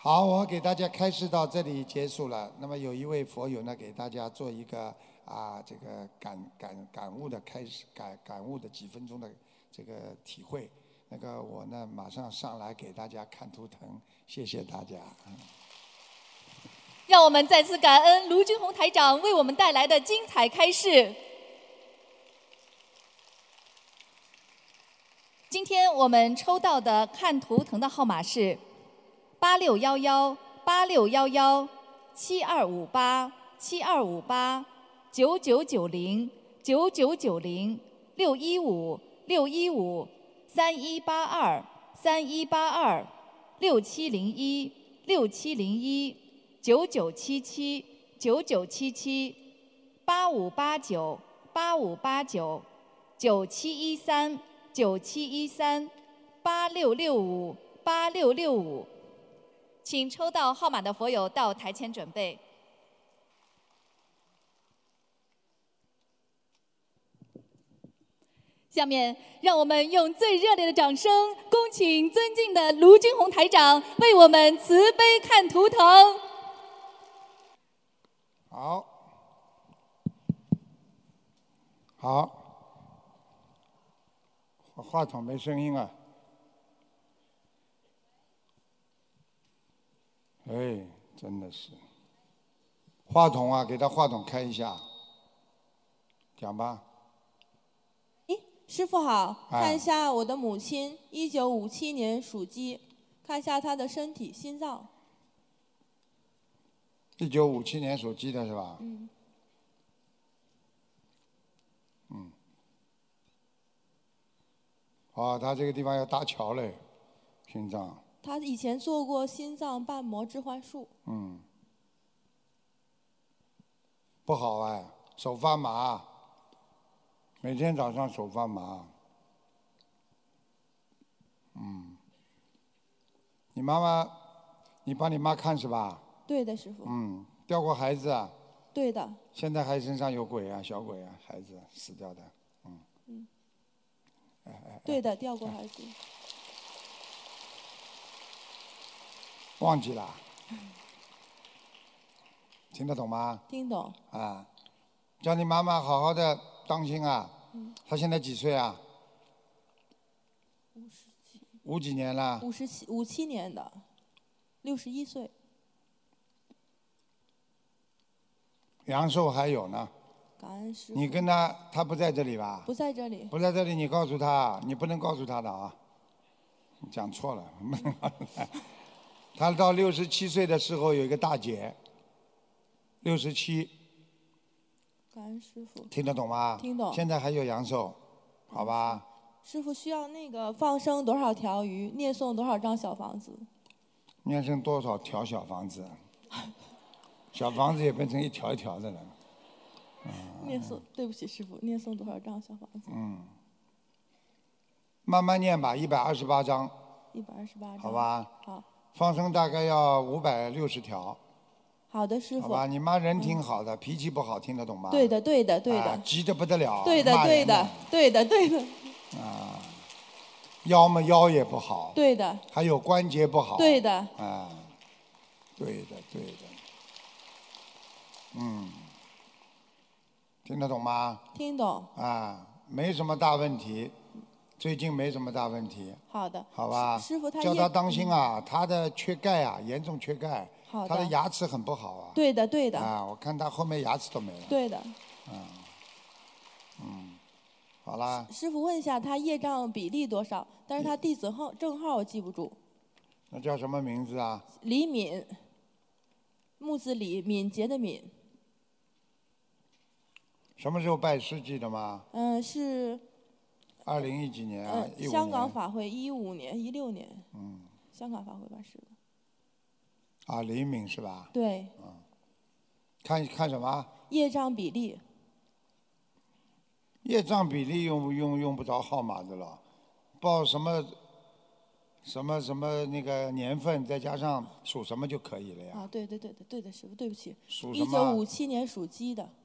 好，我给大家开示到这里结束了。那么有一位佛友呢，给大家做一个这个感悟的开始，感悟的几分钟的这个体会。那个我呢马上上来给大家看图腾，谢谢大家。 让我们再次感恩卢军红台长为我们带来的精彩开示。今天我们抽到的看图腾的号码是8611-8611-9690-9700-9701-9701-9885-89-8589-9713-9713-8665-8665，请抽到号码的佛友到台前准备。下面，让我们用最热烈的掌声，恭请尊敬的卢军红台长为我们慈悲看图腾。 好，好，话筒没声音啊。哎，真的是，话筒啊，给他话筒开一下，讲吧。 师父好， 哎看一下我的母亲，1957年属鸡，看一下她的身体、心脏。 1957年属鸡的是吧？ 嗯。 哦，他这个地方要搭桥嘞，心脏。 她以前做过心脏瓣膜置换术。 不好哎，手发麻，每天早上手发麻。你妈妈，你帮你妈看是吧？ 对的，师傅。 掉过孩子啊？ 对的。 现在还身上有鬼啊，小鬼啊，孩子死掉的。 对的，掉过孩子。 忘记了？听得懂吗？ 听懂。 啊，叫你妈妈好好的当心啊。她现在几岁啊？50几年了 57年的，61岁。 阳寿还有呢。 感恩师傅。 你跟他不在这里吧？ 不在这里。 不在这里，你告诉他，你不能告诉他的啊。你讲错了，不能告诉他。他到67岁的时候有一个大劫。67。 感恩师傅。 听得懂吗？ 听懂。 现在还有阳寿，好吧？ 师傅需要那个放生多少条鱼，念诵多少张小房子？ 念诵多少条小房子？小房子也变成一条一条的了。 念诵，对不起师傅，念诵多少张小房子？ 慢慢念吧，128章。 128张。 好吧。 好。 放生大概要560条。 好的，师傅。 好吧，你妈人挺好的，脾气不好，听得懂吗？ 对的，对的，对的。 急得不得了。 对的，对的，对的，对的。 腰也不好。 对的。 还有关节不好。 对的。 对的，对的。听得懂吗？ 听懂。 没什么大问题，最近没什么大问题。 好的。 好吧。 师傅， 叫他当心啊，他的缺钙啊，严重缺钙。 好的。 他的牙齿很不好啊。 对的，对的。 我看他后面牙齿都没了。 对的。 好啦。 师傅问一下，他业障比例多少？但是他地址证号我记不住。 那叫什么名字啊？ 李敏，木字李，敏捷的敏。 什么时候拜师记得吗？ 是。 2010几年啊？15年。 香港法会15年、16年。香港法会办事的。 李敏是吧？ 对。 看什么？ 业障比例。 业障比例用不着号码的了，报什么那个年份，再加上属什么就可以了呀。 对的，师傅，对不起。 属什么 ？1957年属鸡的。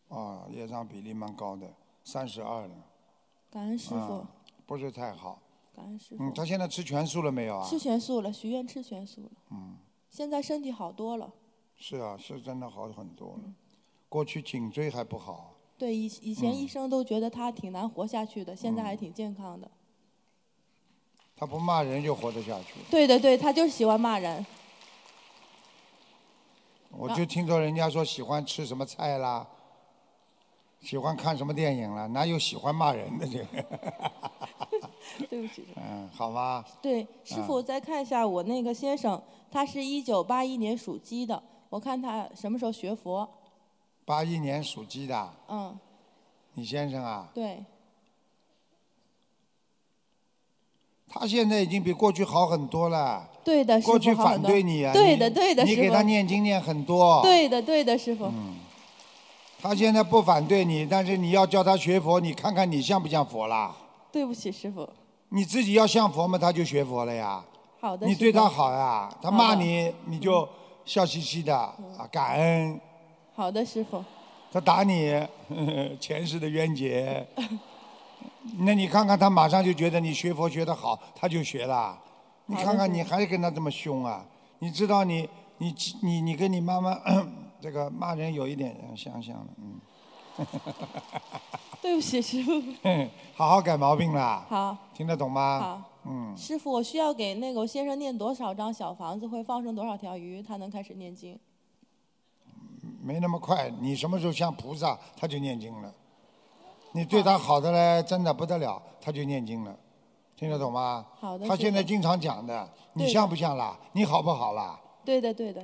业障比例蛮高的，32了。 感恩师傅。 不是太好。 感恩师傅。 他现在吃全素了没有啊？ 吃全素了，许愿吃全素了。现在身体好多了。 是啊，是真的好很多了。过去颈椎还不好。 对，以前医生都觉得他挺难活下去的，现在还挺健康的。 他不骂人就活得下去。 对的对，他就是喜欢骂人。 我就听说人家说喜欢吃什么菜啦，喜欢看什么电影啦，哪有喜欢骂人的这个？ 对不起。 好吧。 对，师傅再看一下我那个先生，他是1981年属鸡的，我看他什么时候学佛。 81年属鸡的。 嗯。 你先生啊？ 对。 他现在已经比过去好很多了。 对的，师傅。 过去反对你啊。 对的，对的，师傅。 你给他念经念很多。 对的，对的，师傅。 他现在不反对你，但是你要叫他学佛，你看看你像不像佛啦？ 对不起，师傅。 你自己要像佛嘛，他就学佛了呀。 好的。 你对他好呀，他骂你，你就笑嘻嘻的感恩。 好的，师傅。 他打你，前世的冤结。那你看看他马上就觉得你学佛学得好，他就学了。你看看你还跟他这么凶啊？你知道你跟你妈妈这个骂人有一点相像的， 对不起，师傅。 好好改毛病啦。 好。 听得懂吗？ 好。师傅，我需要给那个我先生念多少张小房子，会放生多少条鱼，他能开始念经？ 没那么快，你什么时候像菩萨，他就念经了。你对他好的嘞，真的不得了，他就念经了，听得懂吗？ 好的。 他现在经常讲的，你像不像啦？你好不好啦？ 对的，对的。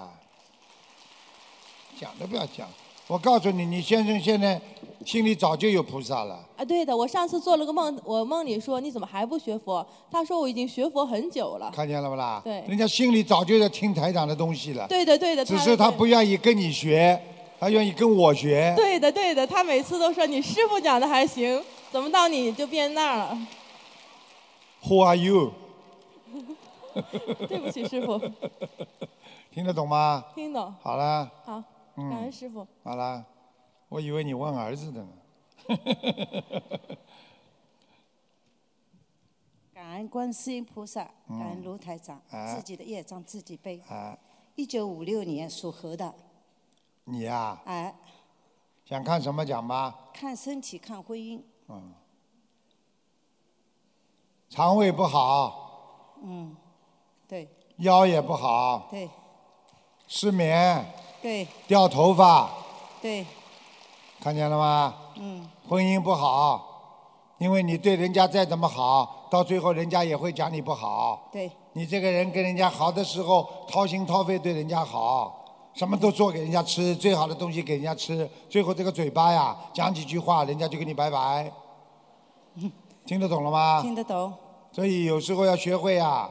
讲都不要讲，我告诉你，你先生现在心里早就有菩萨了。 对的，我上次做了个梦，我梦里说你怎么还不学佛？他说我已经学佛很久了。 看见了不啦？ 对。 人家心里早就在听台长的东西了。 对的，对的。 只是他不愿意跟你学。他愿意跟我学。 对的，对的，他每次都说你师傅讲的还行，怎么到你就变那儿了 ？Who are you？ 对不起，师傅。 听得懂吗？ 听懂。 好了。 好，感恩师傅。 好了，我以为你问儿子的呢。 感恩观世音菩萨，感恩卢台长，自己的业障自己背。1956年属猴的。 你呀？想看什么讲吧？ 看身体，看婚姻。 肠胃不好。 对。 腰也不好。 对。 失眠。 对。 掉头发。 对。 看见了吗？婚姻不好，因为你对人家再怎么好，到最后人家也会讲你不好。 对。 你这个人跟人家好的时候，掏心掏肺对人家好。什么都做给人家吃，最好的东西给人家吃，最后这个嘴巴呀，讲几句话，人家就跟你拜拜。听得懂了吗？ 听得懂。 所以有时候要学会啊，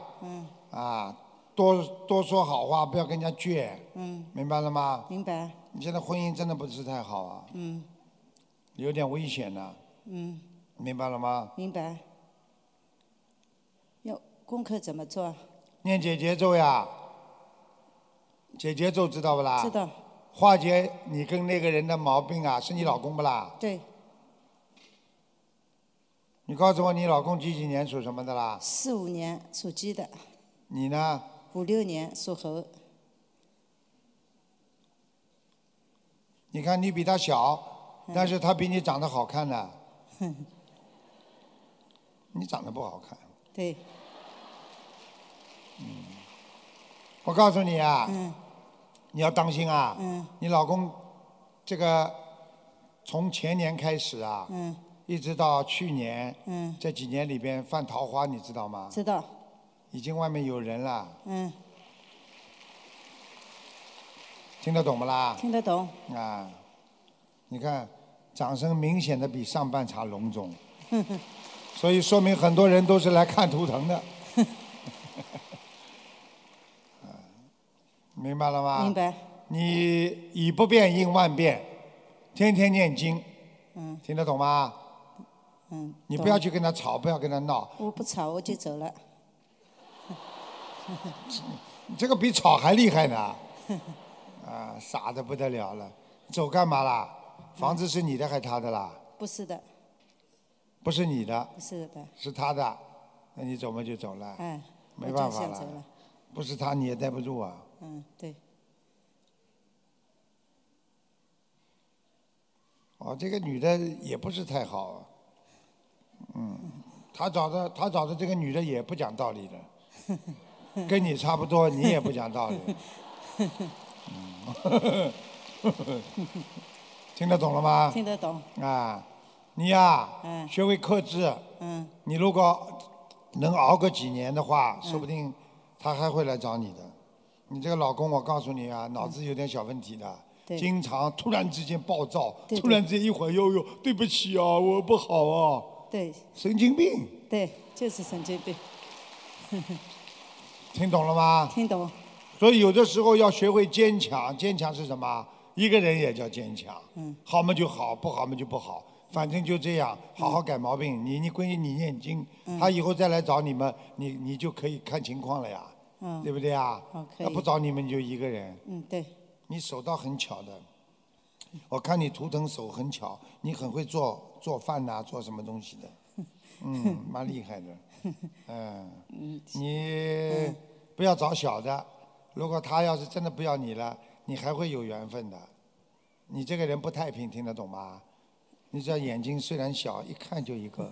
多说好话，不要跟人家倔。明白了吗？ 明白。 你现在婚姻真的不是太好啊。有点危险呢。明白了吗？ 明白。要功课怎么做？ 念解结咒呀。解结咒知道不啦？ 知道。 化解你跟那个人的毛病啊，是你老公不啦？ 对。 你告诉我，你老公几年属什么的啦 ？45年属鸡的。 你呢 ？56年属猴。 你看你比他小，但是他比你长得好看呢。你长得不好看。 对。 我告诉你啊。你要当心啊！你老公这个从前年开始啊，一直到去年，这几年里边犯桃花，你知道吗？ 知道。 已经外面有人了。听得懂不啦？ 听得懂。 你看，掌声明显的比上半场隆重，所以说明很多人都是来看图腾的。明白了吗？ 明白。 你以不变应万变，天天念经。听得懂吗？你不要去跟他吵，不要跟他闹。 我不吵，我就走了。 这个比吵还厉害呢。傻得不得了了。走干嘛啦？房子是你的还是他的啦？ 不是的。 不是你的。 不是的。 是他的。 那你走嘛就走了， 哎， 没办法我就先走了。 不是他你也待不住啊。 对。 哦，这个女的也不是太好，他找的这个女的也不讲道理的，跟你差不多，你也不讲道理。听得懂了吗？ 听得懂。 啊，你呀， 嗯学会克制。你如果能熬个几年的话，说不定他还会来找你的。你这个老公，我告诉你啊，脑子有点小问题的，经常突然之间暴躁，突然之间一会儿又对不起啊，我不好啊。 对。 神经病。 对，就是神经病。 听懂了吗？ 听懂。 所以有的时候要学会坚强，坚强是什么？一个人也叫坚强。好嘛就好，不好嘛就不好，反正就这样，好好改毛病。你闺女你念经，他以后再来找你们，你就可以看情况了呀，对不对啊？他不找你们你就一个人。 对。 你手倒很巧的，我看你图腾手很巧，你很会做饭呐，做什么东西的，蛮厉害的。你不要找小的，如果他要是真的不要你了，你还会有缘分的。你这个人不太平，听得懂吗？你这眼睛虽然小，一看就一个。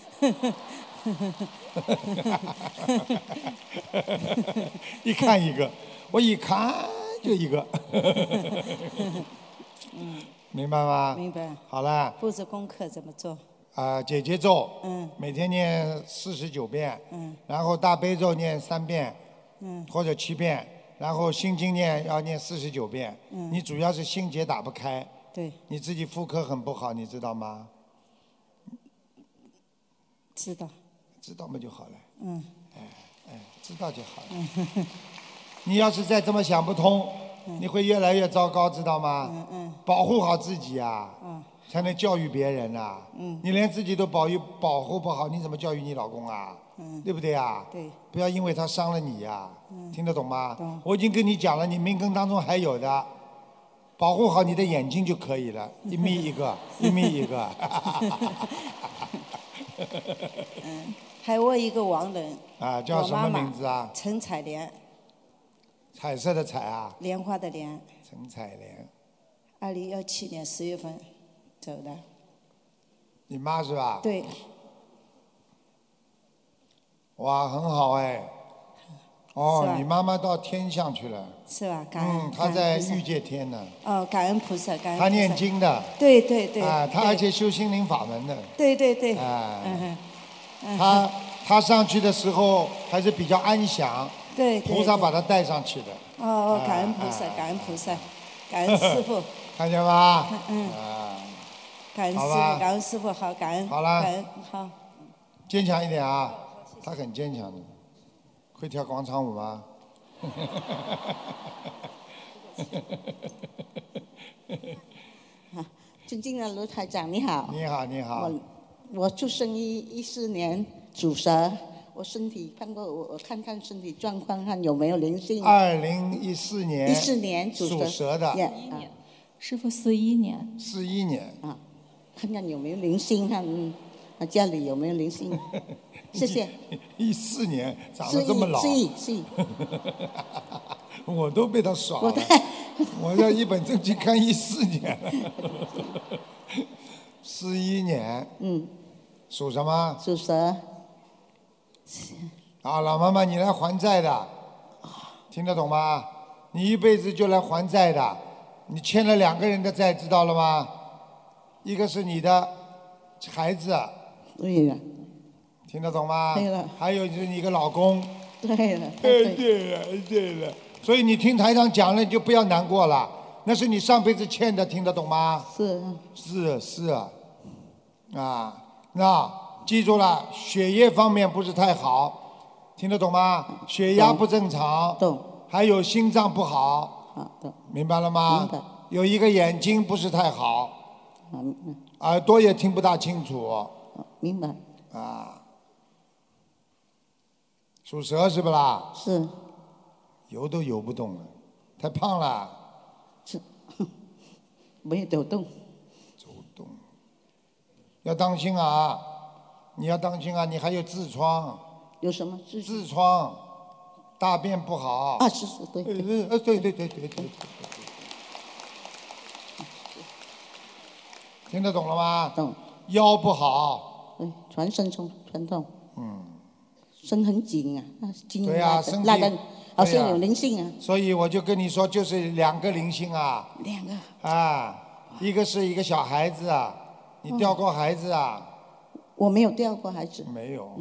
一看一个，我一看就一个。明白吗？ 明白。 好了。 布置功课怎么做？ 解结咒。每天念49遍。然后大悲咒念3遍。或者7遍。然后心经要念49遍。你主要是心结打不开。 对。 你自己妇科很不好，你知道吗？ 知道。 知道嘛就好了。知道就好了。你要是再这么想不通，你会越来越糟糕，知道吗？保护好自己啊，才能教育别人啊。你连自己都保护不好，你怎么教育你老公啊？对不对啊？ 对。 不要因为他伤了你呀，听得懂吗？ 懂。 我已经跟你讲了，你命根当中还有的，保护好你的眼睛就可以了，一眯一个，一眯一个。 还有一个亡人。 叫什么名字啊？ 陈彩莲。 彩色的彩啊。 莲花的莲。 陈彩莲。 2017年10月份走的。 你妈是吧？ 对。 哇，很好哎。哦，你妈妈到天上去了。 是吧？感恩。 她在欲界天呢。 感恩菩萨，感恩菩萨。 她念经的。 对对对。 她而且修心灵法门的。 对对对。 她上去的时候还是比较安详。 对。 菩萨把她带上去的。 感恩菩萨，感恩菩萨，感恩师父。 看见吗？ 感恩师父，感恩师父，好，感恩。 好了。 感恩，好。 坚强一点啊！她很坚强的。会跳广场舞吗？ 尊敬的卢台长，你好。 你好，你好。 我出生于14年，属蛇。我身体我看看身体状况，看有没有灵性。 2014年。 14年属蛇的。 师父41年。 41年。 看看有没有灵性，看家里有没有灵性。谢谢。 14年长得这么老。 是。 我都被他耍了。我要一本正经看14年。41年。属什么？ 属蛇。 老妈妈，你来还债的，听得懂吗？你一辈子就来还债的，你欠了2个人的债，知道了吗？一个是你的孩子。 对了。 听得懂吗？ 对了。 还有就是你一个老公。 对了。 对了。所以你听台长讲了，你就不要难过了，那是你上辈子欠的，听得懂吗？是。那记住了，血液方面不是太好，听得懂吗？血压不正常。 懂。 还有心脏不好。 懂。 明白了吗？ 明白。 有一个眼睛不是太好。耳朵也听不大清楚。 明白。 属蛇是不啦？ 是。 游都游不动了，太胖了。 是。没有走动。 要当心啊！你要当心啊！你还有痔疮。 有什么痔疮，大便不好。 啊，是对。对。 听得懂了吗？ 懂。 腰不好。 对，全身全痛。身很紧啊，筋对呀，身体拉的好像有灵性啊。 所以我就跟你说，就是2个灵性啊。 2个。 啊，一个是一个小孩子啊，你掉过孩子啊？ 我没有掉过孩子。 没有。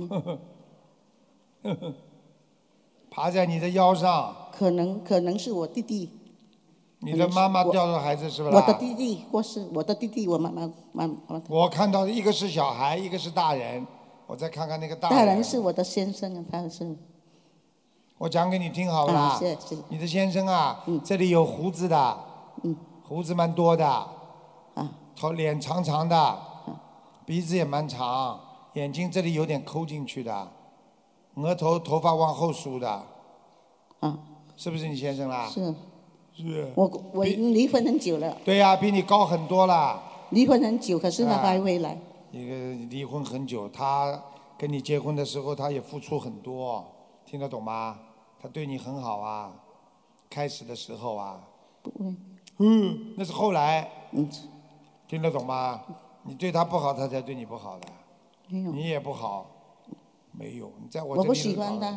爬在你的腰上。 可能是我弟弟。 你的妈妈掉过孩子是不是？ 我的弟弟过世，我的弟弟，我妈妈。 我看到一个是小孩，一个是大人，我再看看那个大人。 大人是我的先生啊，他是。 我讲给你听好了。 啊，是。 你的先生啊，这里有胡子的。胡子蛮多的。 啊。 脸长长的。鼻子也蛮长，眼睛这里有点抠进去的，额头头发往后梳的。 啊。 是不是你先生啦？ 是。 是。 我已经离婚很久了。 对呀，比你高很多了。 离婚很久，可是他还回来。 一个离婚很久，他跟你结婚的时候，他也付出很多，听得懂吗？他对你很好啊，开始的时候啊。 不会。 那是后来。听得懂吗？你对他不好，他才对你不好的。 没有。 你也不好。没有，你在我这里。 我不喜欢他。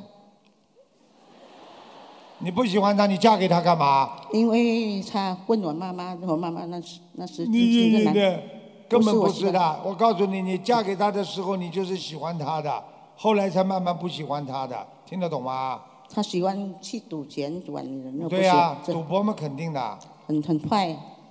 你不喜欢他，你嫁给他干嘛？ 因为他问我妈妈那时经济难。 根本不是的，我告诉你，你嫁给他的时候，你就是喜欢他的，后来才慢慢不喜欢他的，听得懂吗？ 他喜欢去赌钱玩人。 对呀，赌博嘛，肯定的。 很快。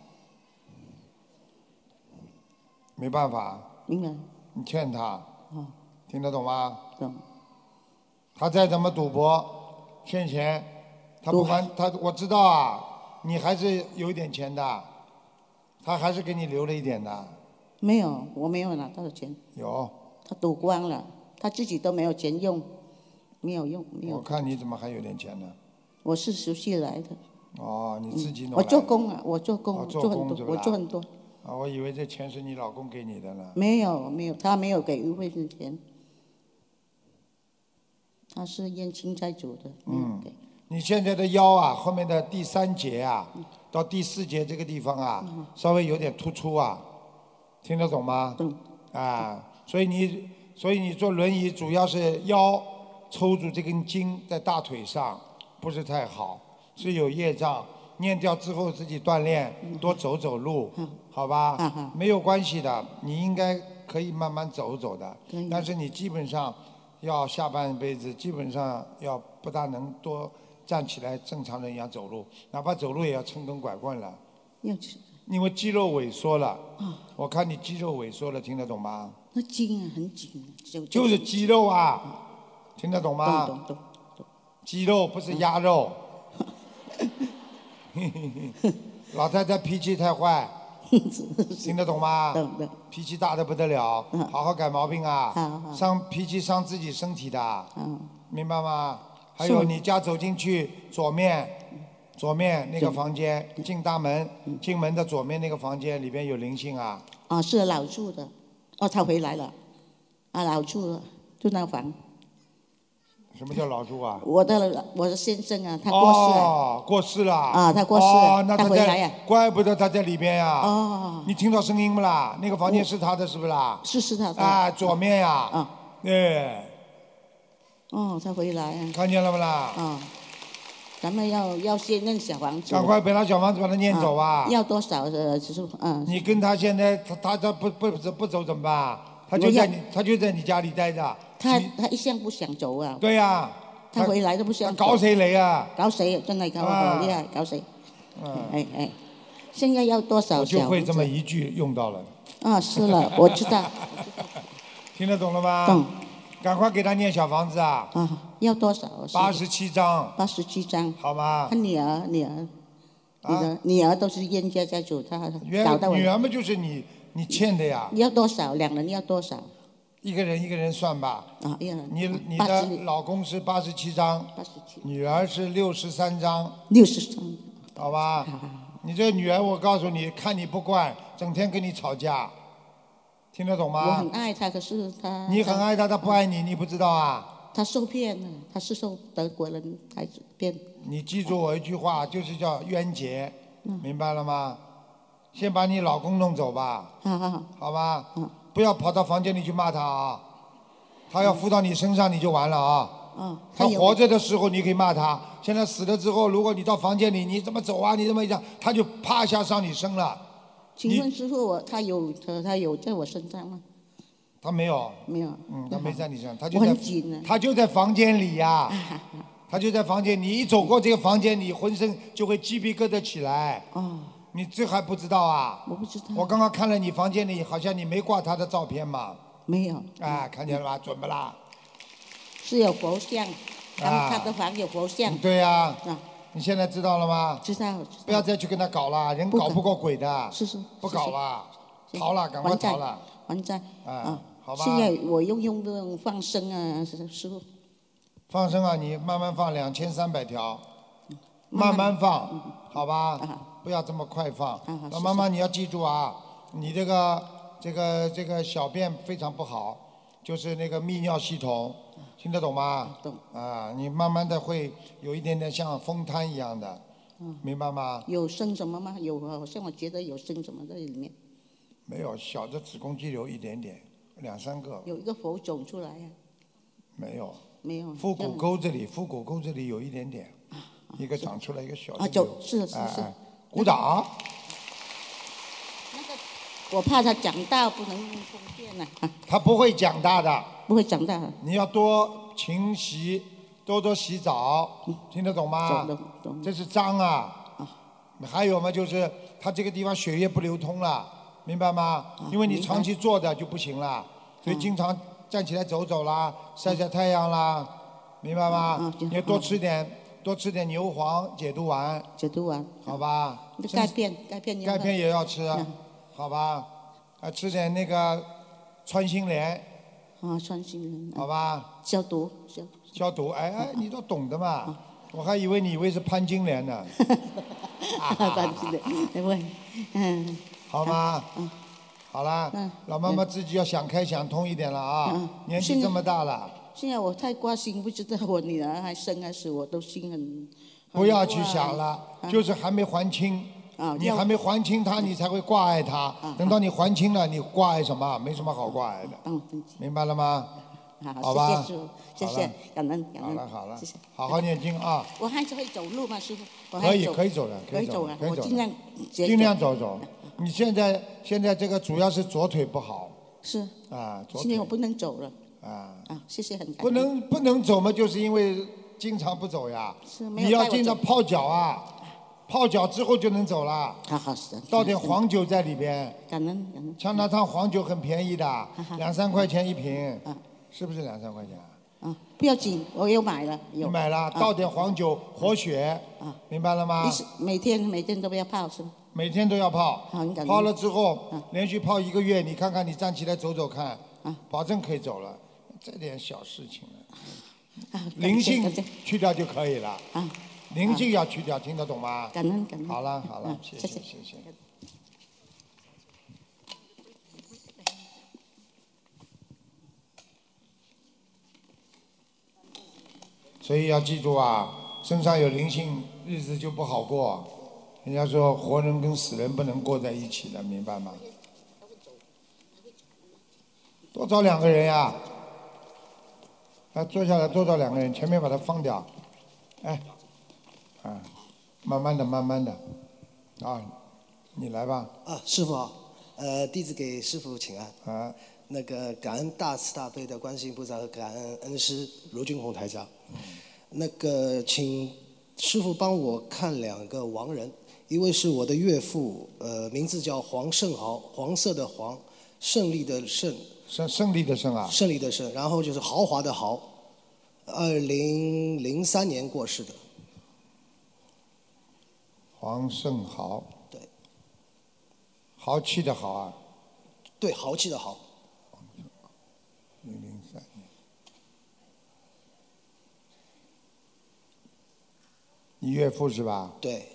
没办法。 明白。 你欠他。听得懂吗？ 懂。 他再怎么赌博，欠钱，他不还他，我知道啊，你还是有一点钱的，他还是给你留了一点的。 没有，我没有拿到钱。 有。 他赌光了，他自己都没有钱用，没有用，没有。 我看你怎么还有点钱呢？ 我是熟悉来的。 哦，你自己弄来的。 我做工啊，我做工， 做很多，我做很多。 啊，我以为这钱是你老公给你的呢。 没有，他没有给余慧芬钱，他是冤亲债主的。 你现在的腰啊，后面的第3节啊，到第4节这个地方啊，稍微有点突出啊，听得懂吗？ 懂。 啊，所以你坐轮椅主要是腰抽住这根筋在大腿上，不是太好，是有业障。念掉之后自己锻炼，多走走路，好吧？没有关系的，你应该可以慢慢走走的。但是你基本上要下半辈子，基本上要不大能多站起来正常人一样走路，哪怕走路也要撑根拐棍了。因为肌肉萎缩了。我看你肌肉萎缩了，听得懂吗？ 那筋啊，很紧。 就是肌肉啊，听得懂吗？ 懂。 肌肉不是鸭肉。老太太脾气太坏，听得懂吗？ 懂。 脾气大的不得了，好好改毛病啊！脾气伤自己身体的，明白吗？还有你家走进去左面那个房间，进大门，进门的左面那个房间里边有灵性啊。 啊，是老住的。哦，他回来了。啊，老住了，住那房。 什么叫老住啊？ 我的先生啊，他过世了。 哦，过世了。 啊，他过世了。 那他回来呀。 怪不得他在里边呀。 哦。 你听到声音不啦？那个房间是他的，是不是啦？ 是他的。 啊，左面呀。 啊。 对。 哦，他回来啊。 看见了不啦？ 啊。咱们要先念小房子。 赶快把他小房子把他念走啊！ 要多少的？就是你跟他现在他不走怎么办？他就在你家里待着。 他一向不想走啊。 对呀。 他回来都不想走。 搞谁来啊？ 搞谁？真的搞我好厉害，搞谁？哎，现在要多少？ 我就会这么一句用到了。 啊，是了，我知道。 听得懂了吗？ 懂。 赶快给他念小房子啊！ 啊，要多少 ？87张。 87张。 好吗？ 他女儿，你的女儿都是冤家债主，他搞到我。 女儿嘛，就是你欠的呀。 要多少？2人要多少？ 一个人算吧。 啊，一人。 你的老公是87张。 87。 女儿是63张。 63。 好吧。你这女儿，我告诉你，看你不惯，整天跟你吵架，听得懂吗？ 我很爱她，可是她。 你很爱她，她不爱你，你不知道啊？ 他受骗了，他是受德国人还是骗？ 你记住我一句话，就是叫冤结，明白了吗？先把你老公弄走吧，好吧？不要跑到房间里去骂他啊，他要附到你身上你就完了啊。他活着的时候你可以骂他，现在死了之后，如果你到房间里，你怎么走啊？你这么一讲，他就啪一下上你身了。 请问师傅，他有在我身上吗？ 他没有。 没有。 他没在你身上，他就在房间里呀。他就在房间，你一走过这个房间，你浑身就会鸡皮疙瘩起来。你这还不知道啊？ 我不知道。 我刚刚看了你房间里，好像你没挂他的照片嘛？ 没有。 看见了吧？准不啦？ 是有佛像，他的房有佛像。 对呀。你现在知道了吗？ 知道。 不要再去跟他搞了，人搞不过鬼的。 是。 不搞了，逃了，赶快逃了。 还债。 好吧。 现在我用这种放生啊，师傅。 放生啊，你慢慢放2300条，慢慢放，好吧？不要这么快放。妈妈，你要记住啊，你这个小便非常不好，就是那个泌尿系统，听得懂吗？ 懂。 你慢慢的会有一点点像风瘫一样的，明白吗？ 有生什么吗？有，好像我觉得有生什么在里面。 没有，小的子宫肌瘤一点点，2、3个。 有一个浮肿出来呀。 没有。 没有。 腹股沟这里有一点点，一个长出来一个小的是。 鼓掌。 那个，我怕它长大不能用封建了。 它不会长大的。 不会长大。 你要多勤洗，多洗澡，听得懂吗？ 懂。 这是脏啊。还有嘛，就是它这个地方血液不流通了，明白吗？因为你长期坐的就不行了，所以经常站起来走走啦，晒太阳啦，明白吗？你要多吃点牛黄解毒丸。 解毒丸。 好吧。 钙片也要吃，好吧？吃点那个穿心莲。 穿心莲。 好吧。 消毒。 你都懂的嘛？我还以为是潘金莲呢。 潘金莲， 好吗？好啦，老妈妈自己要想开想通一点了啊！年纪这么大了。 现在我太挂心，不知道我女儿还生还死，我都心很。 不要去想了，就是还没还清。你还没还清她，你才会挂碍她。等到你还清了，你挂碍什么？没什么好挂碍的。明白了吗？好吧。 谢谢，感恩。 好了， 谢谢。 好好念经啊！ 我还是会走路吗，师傅？ 可以走了。 我尽量走。你现在这个主要是左腿不好。 是。 左腿。 现在我不能走了。谢谢，很感恩。不能走嘛，就是因为经常不走呀。 是。 你要经常泡脚啊，泡脚之后就能走了。 好。 倒点黄酒在里边。 感恩。 像那趟黄酒很便宜的，2、3块钱一瓶。是不是2、3块钱？ 不要紧，我又买了。 你买了，倒点黄酒活血。明白了吗？ 每天都要泡是吗？ 每天都要泡。泡了之后，连续泡1个月，你看看你站起来走走看，保证可以走了。这点小事情了。灵性去掉就可以了。灵性要去掉，听得懂吗？ 感恩。 好了，谢谢。所以要记住啊，身上有灵性，日子就不好过。人家说活人跟死人不能过在一起的，明白吗？多找2个人呀！坐下来，多找2个人，前面把它放掉。慢慢的，你来吧。 师傅好，弟子给师傅请安。那个感恩大慈大悲的观世音菩萨和感恩恩师卢军宏台长。那个请师傅帮我看2个亡人，一位是我的岳父，名字叫黄胜豪，黄色的黄，胜利的胜。 胜利的胜啊。 胜利的胜，然后就是豪华的豪，2003年过世的。 黄胜豪。 对。 豪气的豪啊。 对，豪气的豪。 2003年。你岳父是吧？ 对。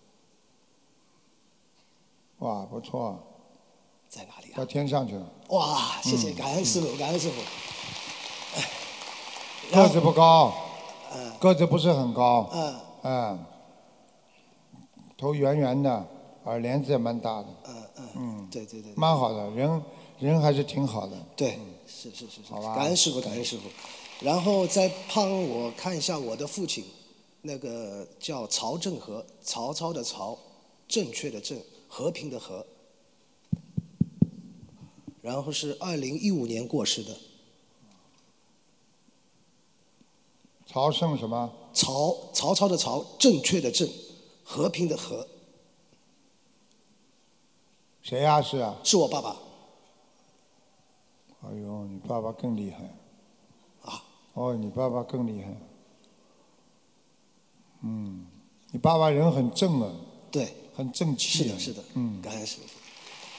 哇，不错。 在哪里啊？ 到天上去了。 哇，谢谢，感恩师傅，感恩师傅。 个子不高，个子不是很高，头圆圆的，耳帘子也蛮大的， 对对对， 蛮好的，人还是挺好的。 对，是， 好吧。 感恩师傅，感恩师傅。然后再帮我看一下我的父亲，那个叫曹正和，曹操的曹，正确的正，和平的和。然后是2015年过世的。 曹胜什么？ 曹操的曹，正确的正，和平的和。 谁呀？是啊？ 是我爸爸。 哎呦，你爸爸更厉害。 啊？ 哦，你爸爸更厉害。你爸爸人很正啊。 对。 很正气。 是的。感恩师父。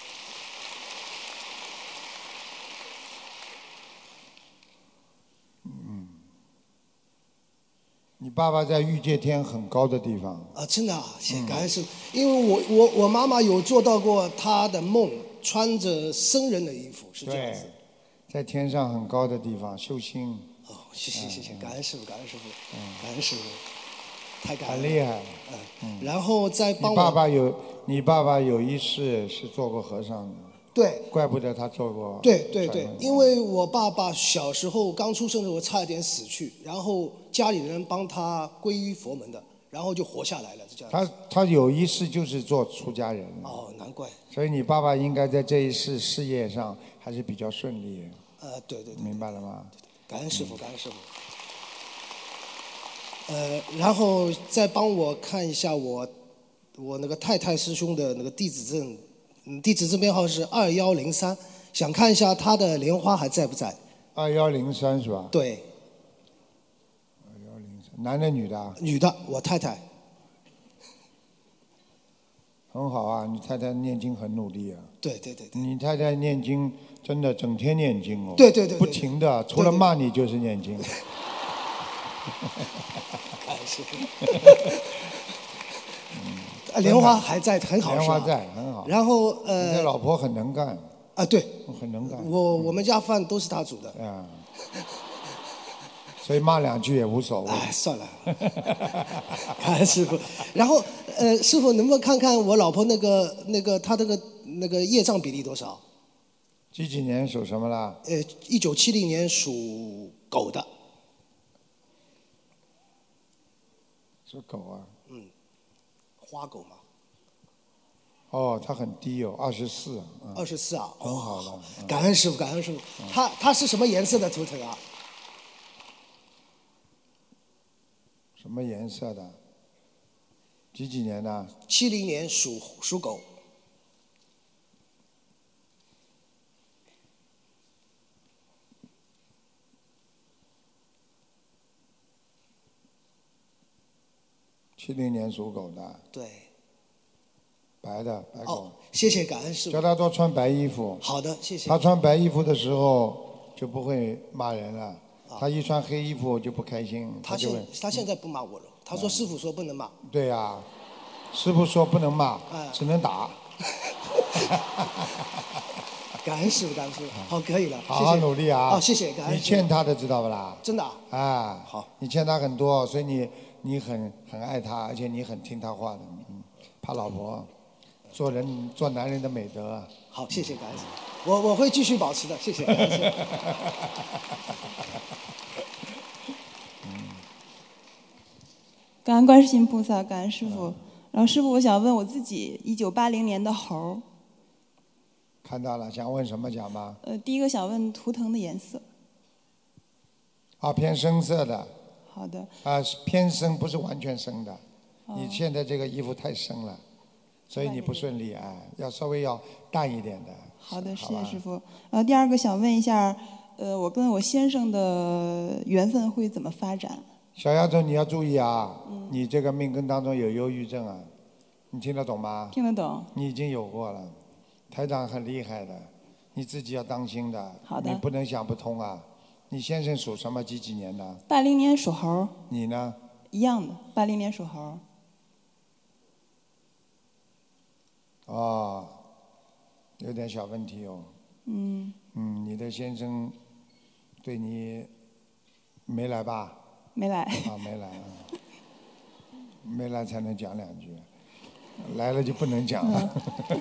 你爸爸在御界天很高的地方。 啊，真的啊，感恩师父。因为我妈妈有做到过她的梦，穿着僧人的衣服，是这样子。 在天上很高的地方修心。 哦，谢谢，感恩师父，感恩师父，感恩师父，太感恩了。 很厉害。 然后再帮我。 你爸爸有一世是做过和尚的。 对。 怪不得他做过。 对，因为我爸爸小时候刚出生的时候差一点死去，然后家里人帮他皈依佛门的，然后就活下来了，就这样子。 他有一世就是做出家人。 哦，难怪。 所以你爸爸应该在这一世事业上还是比较顺利。 对。 明白了吗？ 感恩师父，感恩师父。然后再帮我看一下我那个太太师兄的那个地址证。地址证编号是2103，想看一下他的莲花还在不在 ？2103是吧？ 对。 2103，男的女的？ 女的，我太太。 很好啊，你太太念经很努力啊。 对。 你太太念经真的整天念经哦。 对。 不停的，除了骂你就是念经。 感谢。莲花还在，很好。 莲花在，很好。 然后你的老婆很能干。 啊，对。 很能干。 我们家饭都是她煮的。 所以骂2句也无所谓。 哎，算了。感恩师傅。然后师傅能不能看看我老婆那个她那个业障比例多少？ 几年属什么啦 ？1970年属狗的。 属狗啊。 花狗嘛。 哦，它很低哦，24。 24啊。 很好了。 感恩师傅，感恩师傅。它是什么颜色的图腾啊？ 什么颜色的？几年的 ？70年属狗。 70年属狗的。 对。 白狗。 哦，谢谢感恩师傅。 叫他多穿白衣服。 好的，谢谢。 他穿白衣服的时候就不会骂人了。他一穿黑衣服就不开心。他现在不骂我了。他说师傅说不能骂。 对呀，师傅说不能骂，只能打。 感恩师傅，感恩师傅。好，可以了。 好好努力啊！ 谢谢，感恩。 你欠他的知道不啦？ 真的。 好。你欠他很多，所以你很爱他，而且你很听他话的。怕老婆，做男人的美德。 好，谢谢感恩师傅，我会继续保持的，谢谢。 感恩观世音菩萨，感恩师傅。然后师傅，我想问我自己，1980年的猴。 看到了，想问什么讲吧？ 第一个想问图腾的颜色。 偏深色的。 好的。 偏深，不是完全深的。你现在这个衣服太深了，所以你不顺利啊，要稍微要淡一点的。 好的，谢谢师傅。第二个想问一下，我跟我先生的缘分会怎么发展？ 小丫头，你要注意啊，你这个命根当中有忧郁症啊，你听得懂吗？ 听得懂。 你已经有过了，台长很厉害的，你自己要当心的。 好的。 你不能想不通啊。你先生属什么？几年的 ？80年属猴。 你呢？ 一样的，80年属猴。 有点小问题哦。 你的先生对你没来吧？ 没来。 没来，没来才能讲2句，来了就不能讲了。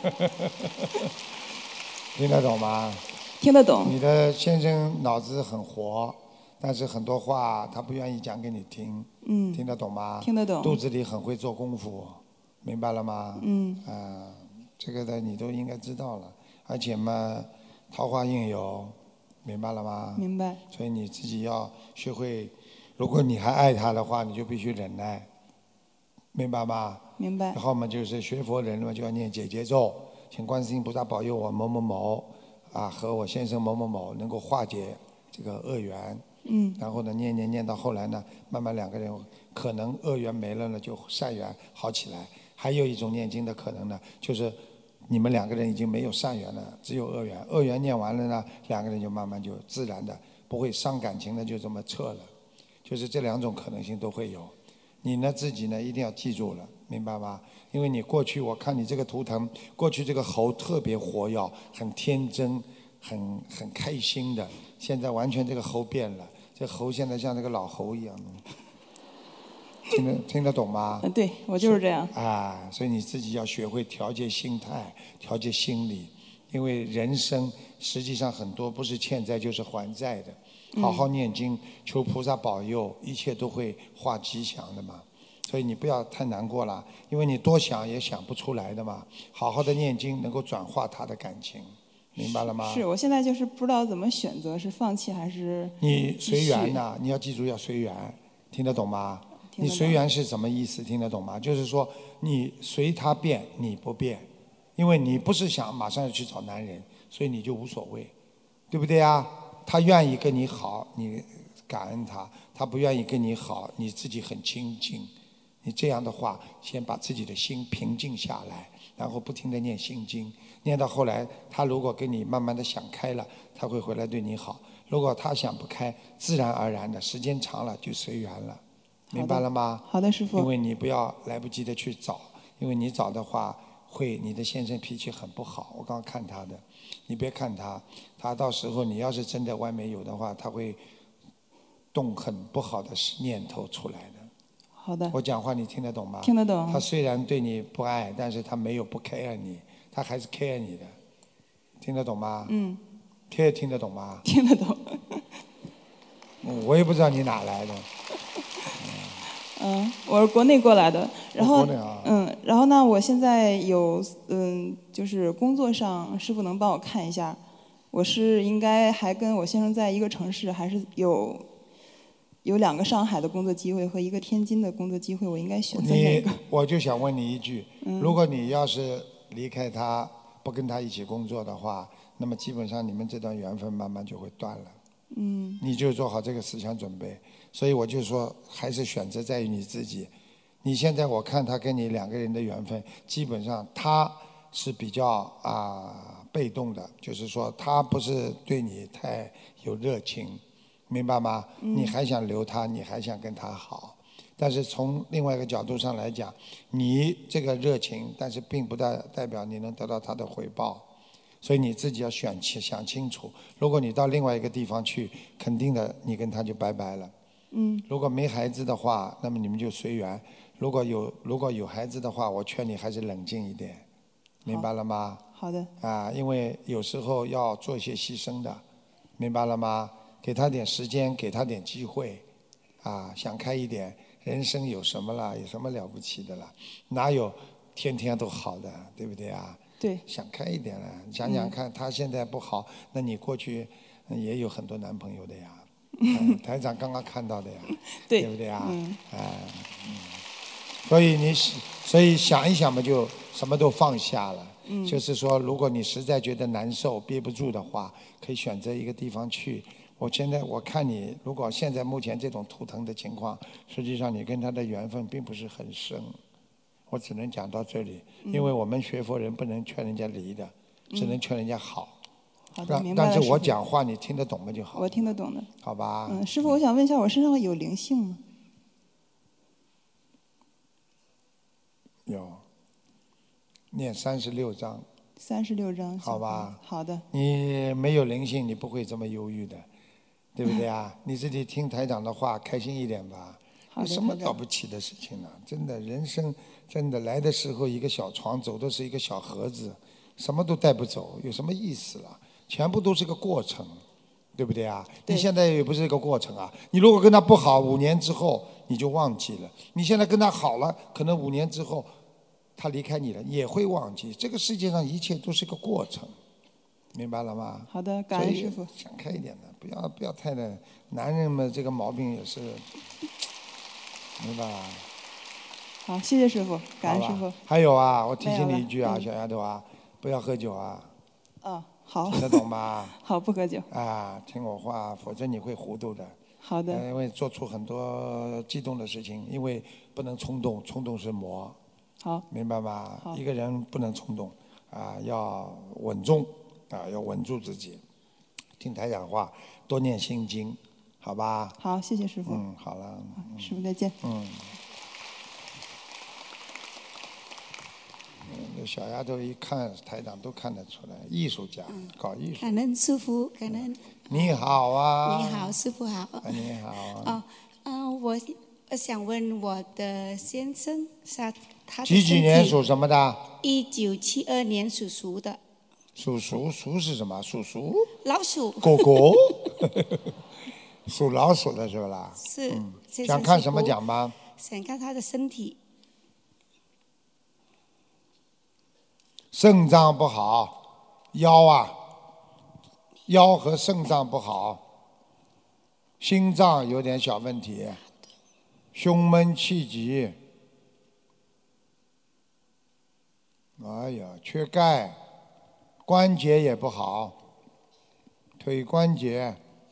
听得懂吗？ 听得懂。 你的先生脑子很活，但是很多话他不愿意讲给你听。听得懂吗？ 听得懂。 肚子里很会做功夫，明白了吗？这个的你都应该知道了，而且嘛，桃花运有，明白了吗？ 明白。 所以你自己要学会，如果你还爱他的话，你就必须忍耐，明白吗？ 明白。 然后嘛，就是学佛人嘛，就要念解结咒，请观世音菩萨保佑我某某某和我先生某某某能够化解这个恶缘。然后呢，念到后来呢，慢慢2个人可能恶缘没了呢，就善缘好起来。还有一种念经的可能呢，就是你们2个人已经没有善缘了，只有恶缘。恶缘念完了呢，2个人就慢慢就自然的不会伤感情的就这么撤了。就是这2种可能性都会有。你呢自己呢一定要记住了，明白吗？因为你过去我看你这个图腾，过去这个猴特别活跃，很天真，很开心的。现在完全这个猴变了。这猴现在像这个老猴一样的，听得懂吗？ 对，我就是这样。 所以你自己要学会调节心态，调节心理，因为人生实际上很多不是欠债就是还债的。好好念经，求菩萨保佑，一切都会化吉祥的嘛。所以你不要太难过了，因为你多想也想不出来的嘛。好好的念经，能够转化他的感情。明白了吗？ 是我现在就是不知道怎么选择，是放弃还是你随缘呐，你要记住要随缘，听得懂吗？你随缘是什么意思？听得懂吗？就是说你随他变，你不变，因为你不是想马上要去找男人，所以你就无所谓，对不对啊？他愿意跟你好，你感恩他；他不愿意跟你好，你自己很清净。你这样的话，先把自己的心平静下来，然后不停地念心经。念到后来，他如果跟你慢慢的想开了，他会回来对你好；如果他想不开，自然而然的，时间长了就随缘了，明白了吗？ 好的，师父。 因为你不要来不及的去找，因为你找的话，你的先生脾气很不好。我刚刚看他的，你别看他，他到时候你要是真的外面有的话，他会动很不好的念头出来的。 好的。 我讲话你听得懂吗？ 听得懂。 他虽然对你不爱，但是他没有不 care 你。他还是 care 你的，听得懂吗？听得懂吗？ 听得懂。 我也不知道你哪来的。 我是国内过来的，然后国内啊。 然后呢，我现在有就是工作上，师傅能帮我看一下，我是应该还跟我先生在一个城市，还是有2个上海的工作机会和1个天津的工作机会，我应该选择哪个？ 我就想问你一句，如果你要是离开他，不跟他一起工作的话，那么基本上你们这段缘分慢慢就会断了。你就做好这个思想准备。所以我就说，还是选择在于你自己。你现在我看他跟你2个人的缘分，基本上他是比较被动的，就是说他不是对你太有热情，明白吗？你还想留他，你还想跟他好。但是从另外一个角度上来讲，你这个热情，但是并不代表你能得到他的回报，所以你自己要想清楚。如果你到另外一个地方去，肯定的你跟他就拜拜了。如果没孩子的话，那么你们就随缘；如果有孩子的话，我劝你还是冷静一点，明白了吗？ 好的。 因为有时候要做一些牺牲的，明白了吗？给他点时间，给他点机会，想开一点。人生有什么了？有什么了不起的了？哪有天天都好的，对不对啊？ 对。 想开一点了，想想看，他现在不好，那你过去也有很多男朋友的呀。台长刚刚看到的呀，对不对啊？所以想一想嘛，就什么都放下了。就是说，如果你实在觉得难受、憋不住的话，可以选择一个地方去。我看你，如果现在目前这种图腾的情况，实际上你跟他的缘分并不是很深。我只能讲到这里，因为我们学佛人不能劝人家离的，只能劝人家好。 好的，明白了。 但是我讲话你听得懂吗就好。 我听得懂的。 好吧。 师父，我想问一下，我身上有灵性吗？ 有。念36章。 36章。 好吧。 好的。 你没有灵性，你不会这么忧郁的。 对不对啊？你自己听台长的话，开心一点吧。 好的有什么了不起的事情呢？真的，人生真的来的时候一个小床，走的是一个小盒子，什么都带不走，有什么意思了？全部都是个过程，对不对啊？ 对你现在也不是一个过程啊。你如果跟他不好，5年之后你就忘记了；你现在跟他好了，可能5年之后他离开你了，也会忘记。这个世界上一切都是个过程，明白了吗？ 好的，感恩师傅。 想开一点的，不要太的。男人们这个毛病也是，明白吧？ 好，谢谢师傅，感恩师傅。 还有啊，我提醒你一句啊， 没有了小丫头啊，不要喝酒啊。 好。 听得懂吗？ 好，不喝酒。 啊，听我话，否则你会糊涂的。 好的。 因为做出很多激动的事情，因为不能冲动，冲动是魔。 好。 明白吗？ 好。 一个人不能冲动，要稳重，要稳住自己。听台长话，多念心经，好吧？ 好，谢谢师傅。 好了。 师傅再见。 这小丫头一看台长都看得出来，艺术家，搞艺术。 感恩师傅，感恩。 你好啊。 你好，师傅好。 你好。 我想问我的先生，他的几年属什么的 ？1972年属鼠的。 属是什么？属鼠？ 老鼠。 狗狗。属老鼠的是不啦？ 是。 想看什么奖吗？ 想看他的身体。 肾脏不好，腰和肾脏不好，心脏有点小问题，胸闷气急，哎呀，缺钙，关节也不好，腿关节。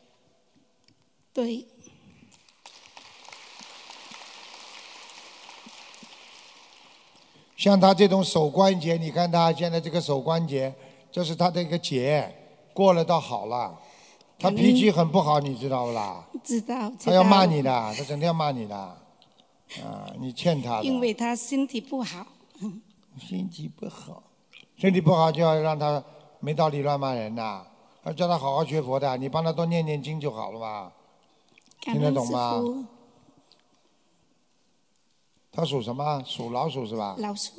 对。 像他这种手关节，你看他现在这个手关节，这是他的一个结，过了倒好了。他脾气很不好，你知道不啦？ 知道。 他要骂你的，他整天要骂你的，你欠他的。 因为他身体不好。 身体不好，身体不好就要让他没道理乱骂人呐，要叫他好好学佛的，你帮他多念念经就好了嘛。听得懂吗？他属什么？属老鼠是吧？ 老鼠。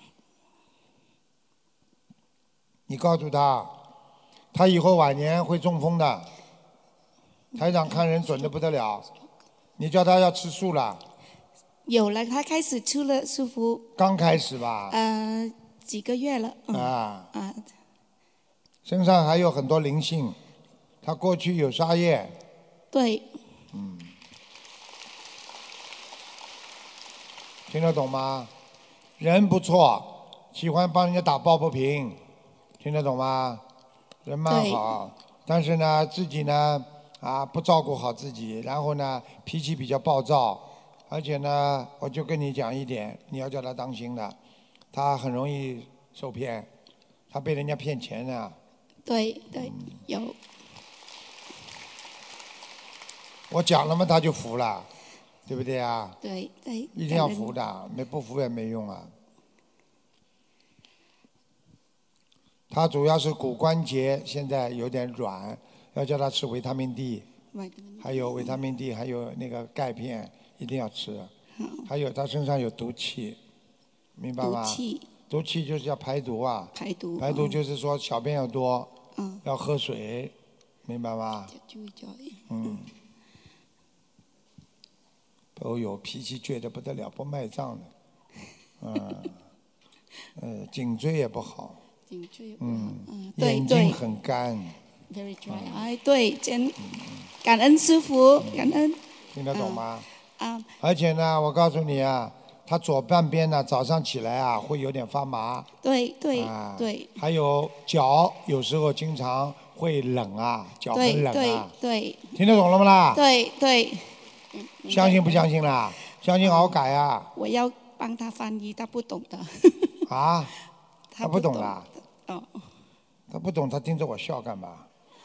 你告诉他，他以后晚年会中风的。台长看人准得不得了，你叫他要吃素了。 有了，他开始吃了，师傅。 刚开始吧。 几个月了。 身上还有很多灵性，他过去有杀业。 对。 听得懂吗？人不错，喜欢帮人家打抱不平，听得懂吗？人蛮好，但是呢，自己呢不照顾好自己，然后呢脾气比较暴躁，而且呢，我就跟你讲一点，你要叫他当心的，他很容易受骗，他被人家骗钱呢。 对，有。 我讲了嘛，他就服了。对不对啊？ 对。 一定要服的，不服也没用啊。他主要是骨关节现在有点软，要叫他吃维他命 D， 还有维他命 D， 还有那个钙片，一定要吃。还有他身上有毒气，明白吗？毒气就是要排毒啊。排毒就是说小便要多，要喝水，明白吗？都有脾气倔得不得了，不卖账的，颈椎也不好，眼睛很干。 Very dry。对，真感恩师傅，感恩。 听得懂吗？而且呢，我告诉你啊，他左半边呢，早上起来会有点发麻。 对。 还有脚有时候经常会冷脚很冷对。 听得懂了吗啦？ 对。 相信不相信啦？相信好改啊！ 我要帮他翻译，他不懂的。 他不懂啦？他不懂，他盯着我笑干嘛？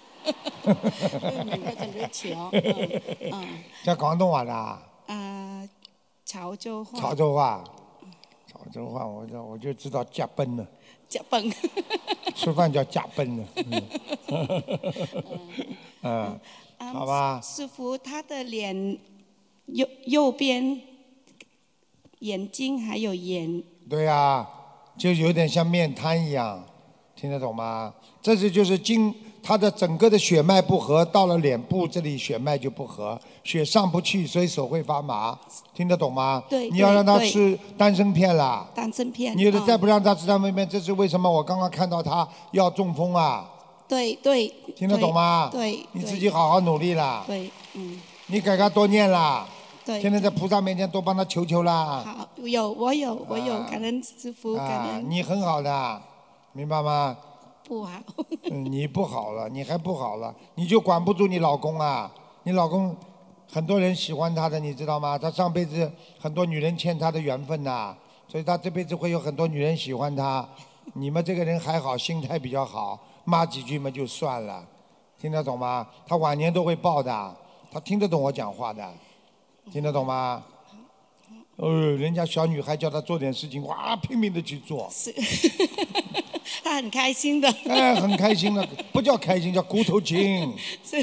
讲广东话的。 潮州话。 潮州话，我就知道夹奔了。 夹奔。 吃饭叫夹奔了。 好吧？ 师傅，他的脸右边眼睛还有眼。 对呀，就有点像面瘫一样，听得懂吗？这就是他的整个的血脉不和，到了脸部这里血脉就不和，血上不去，所以手会发麻，听得懂吗？ 对。 你要让他吃丹参片啦。 丹参片。 你有的再不让他吃丹参片，这是为什么？我刚刚看到他要中风啊。 对。 听得懂吗？ 对。 你自己好好努力啦。 对， 你给他多念啦。 对。 现在在菩萨面前多帮他求求啦。 好，我有，感恩师父，感恩。 你很好的，明白吗？ 不好。 你不好了，你还不好了，你就管不住你老公啊！你老公很多人喜欢他的，你知道吗？他上辈子很多女人欠他的缘分呐，所以他这辈子会有很多女人喜欢他。你们这个人还好，心态比较好，骂几句嘛就算了，听得懂吗？他晚年都会报的，他听得懂我讲话的，听得懂吗？人家小女孩叫他做点事情，哇，拼命的去做。 是。他很开心的。 很开心的，不叫开心，叫骨头轻。 是。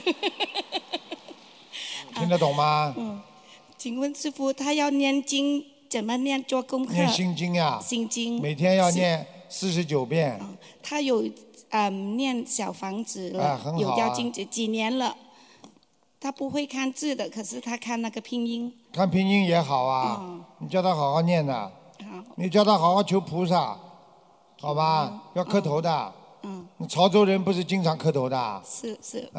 听得懂吗？ 请问师父，他要念经怎么念？做功课？ 念心经呀。 心经。 每天要念49遍。 他有念小房子了， 很好啊。 有教经几年了。他不会看字的，可是他看那个拼音。 看拼音也好啊。你叫他好好念呐。 好。 你叫他好好求菩萨。好吧，要磕头的。潮州人不是经常磕头的。 是。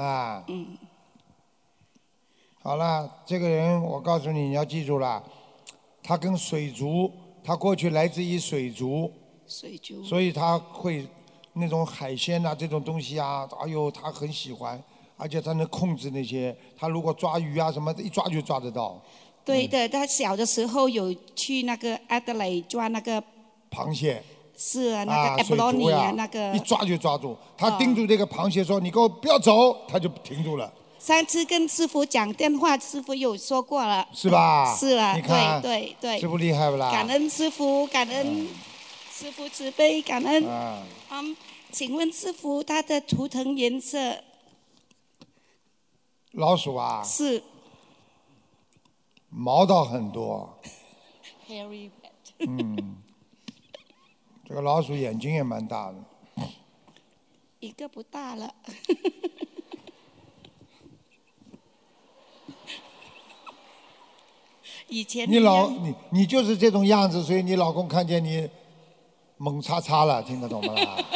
好了，这个人我告诉你，你要记住了，他跟水族，他过去来自于水族。 水族。 所以他会那种海鲜啊，这种东西啊，哎呦，他很喜欢，而且他能控制那些，他如果抓鱼啊什么，一抓就抓得到。 对的，他小的时候有去那个阿德雷抓那个螃蟹。 是啊，那个 abalone 啊，那个一抓就抓住。他盯住这个螃蟹说：“你给我不要走！”他就停住了。 上次跟师傅讲电话，师傅有说过了。 是吧？ 是啊， 你看， 对。 师傅厉害不啦？ 感恩师傅，感恩师傅慈悲，感恩。请问师傅，他的图腾颜色？ 老鼠啊。 是。 毛倒很多。 Hairy red。 这个老鼠眼睛也蛮大的。 一个不大了。以前你就是这种样子，所以你老公看见你猛叉叉了，听得懂不啦？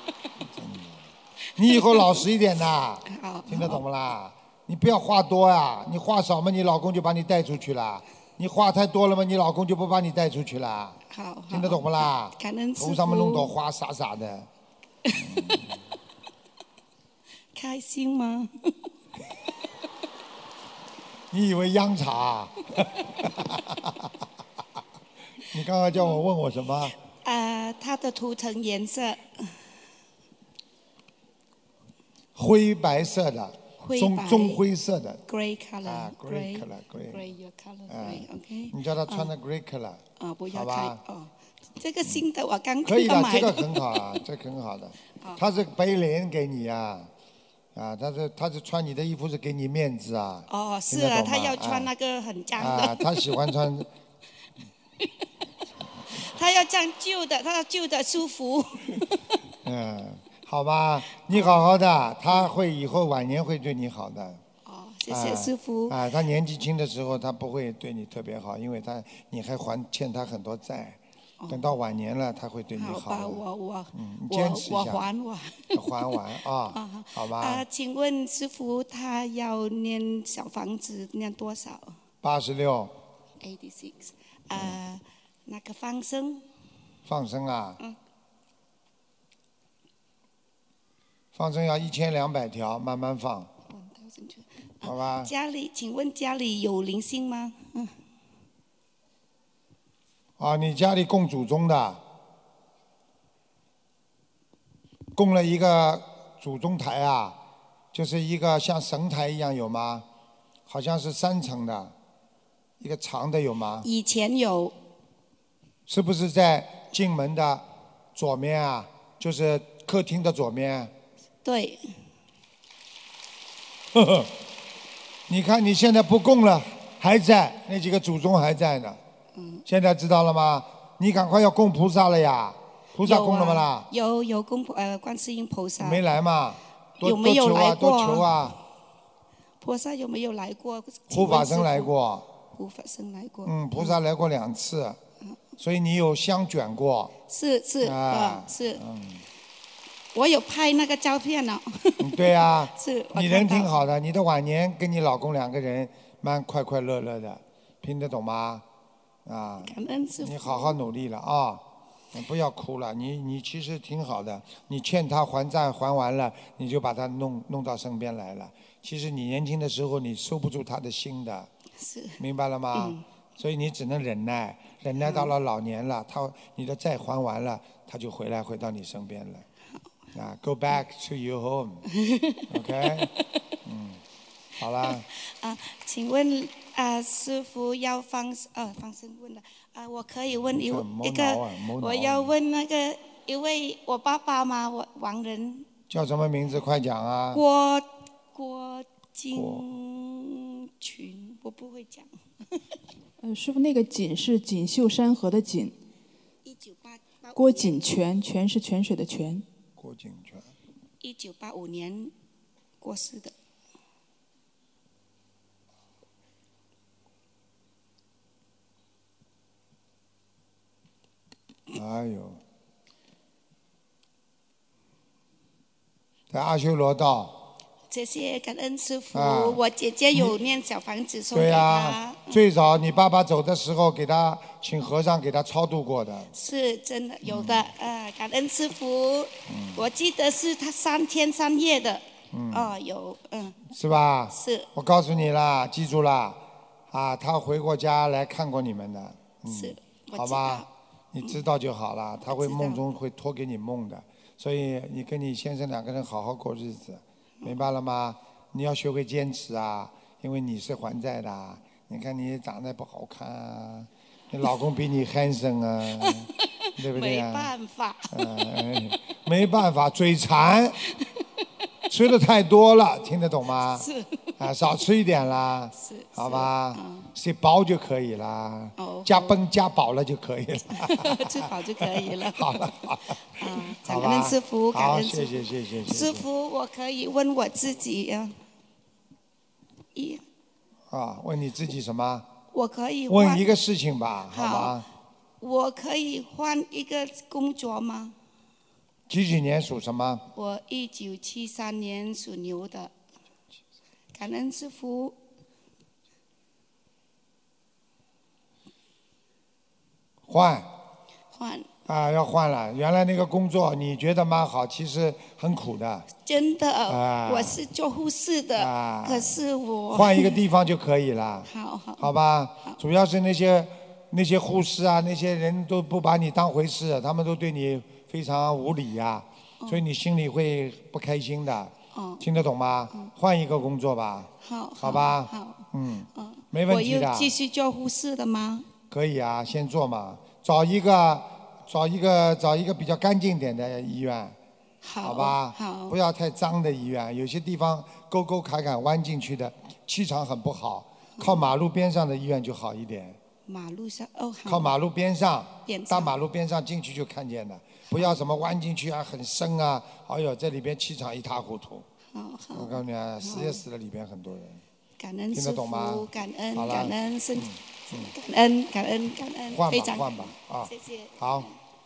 你以后老实一点呐，听得懂不啦？你不要话多啊，你话少嘛，你老公就把你带出去了；你话太多了嘛，你老公就不把你带出去了。 好， 听得懂不啦？ 感恩师父。 头上面弄朵花，傻傻的。 开心吗？ 你以为央茶？你刚刚叫我问我什么？ 它的图腾颜色。 灰白色的。棕灰色的。 Grey color。 Grey color。 Grey your color grey OK。 你叫他穿的 grey color。 不要开这个新的我刚可以的， 买这个很好啊，这很好的。他是白脸给你啊，他是穿你的衣服是给你面子啊。 是啊，他要穿那个很脏的。 他喜欢穿。 他要穿旧的，他要旧的舒服。 好吧，你好好的，他会以后晚年会对你好的。 谢谢师父。 他年纪轻的时候，他不会对你特别好，因为你还欠他很多债。等到晚年了，他会对你好的。 好吧，我坚持一下。 还完啊，好吧。 请问师父，他要念小房子念多少 ？86。 86。那个放生。 放生啊。放生要1200条，慢慢放。好吧。 请问家里有灵性吗？ 你家里供祖宗的，供了一个祖宗台啊，就是一个像神台一样有吗？好像是3层的，一个长的有吗？ 以前有。 是不是在进门的左面啊？就是客厅的左面。 对。 你看你现在不供了，还在那几个祖宗还在呢。现在知道了吗？你赶快要供菩萨了呀！菩萨供了吗啦？ 有供观世音菩萨。 没来嘛？ 有没有来过？ 多求啊！ 菩萨有没有来过？ 护法神来过。 护法神来过。 菩萨来过2次，所以你有香卷过。 是，是。我有拍那个照片呢。 对呀。 是。 你人挺好的，你的晚年跟你老公2个人蛮快快乐乐的，听得懂吗？啊。 感恩师父。 你好好努力了啊！不要哭了，你其实挺好的，你欠他还债还完了，你就把他弄到身边来了。其实你年轻的时候你收不住他的心的，明白了吗？所以你只能忍耐，忍耐到了老年了，你的债还完了，他就回到你身边了。Go back to your home，OK？ 好啦。 请问师父要放生问了我可以问一个，我要问那个，因为我爸爸嘛，亡人。 叫什么名字？快讲啊！ 郭金群，我不会讲。 师父，那个锦是锦绣山河的锦。郭锦泉，泉是泉水的泉。 郭锦泉。 1985年过世的。 哎呦，在阿修罗道。 谢谢感恩师父，我姐姐有念小房子送给他。 对呀，最早你爸爸走的时候，给他请和尚给他超度过的。 是真的有的，感恩师父。我记得是他3天3夜的。有， 是吧？ 是。 我告诉你啦，记住啦，他回过家来看过你们的。 是， 好吧。你知道就好了，他会梦中会托给你梦的，所以你跟你先生2个人好好过日子，明白了吗？你要学会坚持啊，因为你是还债的。你看你长得不好看啊，你老公比你 handsome 啊，对不对啊？ 没办法。 没办法，嘴馋，吃的太多了，听得懂吗？ 是。 少吃一点啦，好吧？吃饱就可以啦，加崩加饱了就可以了。 吃饱就可以了。 好了好了。 感恩师父，感恩师父。 谢谢。 师父，我可以问我自己呀？ 问你自己什么？ 我可以问一个事情吧，好吗？ 我可以换一个工作吗？ 几年属什么？ 我1973年属牛的。感恩师父。 换。 要换了。原来那个工作你觉得蛮好，其实很苦的。 真的，我是做护士的，可是我换一个地方就可以了。好吧。主要是那些护士啊，那些人都不把你当回事，他们都对你非常无理呀，所以你心里会不开心的。听得懂吗？换一个工作吧。好吧。没问题的。 我又继续做护士的吗？ 可以啊，先做嘛。找一个比较干净点的医院，好吧？不要太脏的医院，有些地方沟沟坎坎弯进去的，气场很不好。靠马路边上的医院就好一点。 马路上好。 靠马路边上，大马路边上进去就看见了，不要什么弯进去啊，很深啊，哎呦，这里边气场一塌糊涂。我告诉你啊，死也死了里边很多人。 感恩听得懂吗？ 感恩身体。感恩，非常换吧， 谢谢。 好。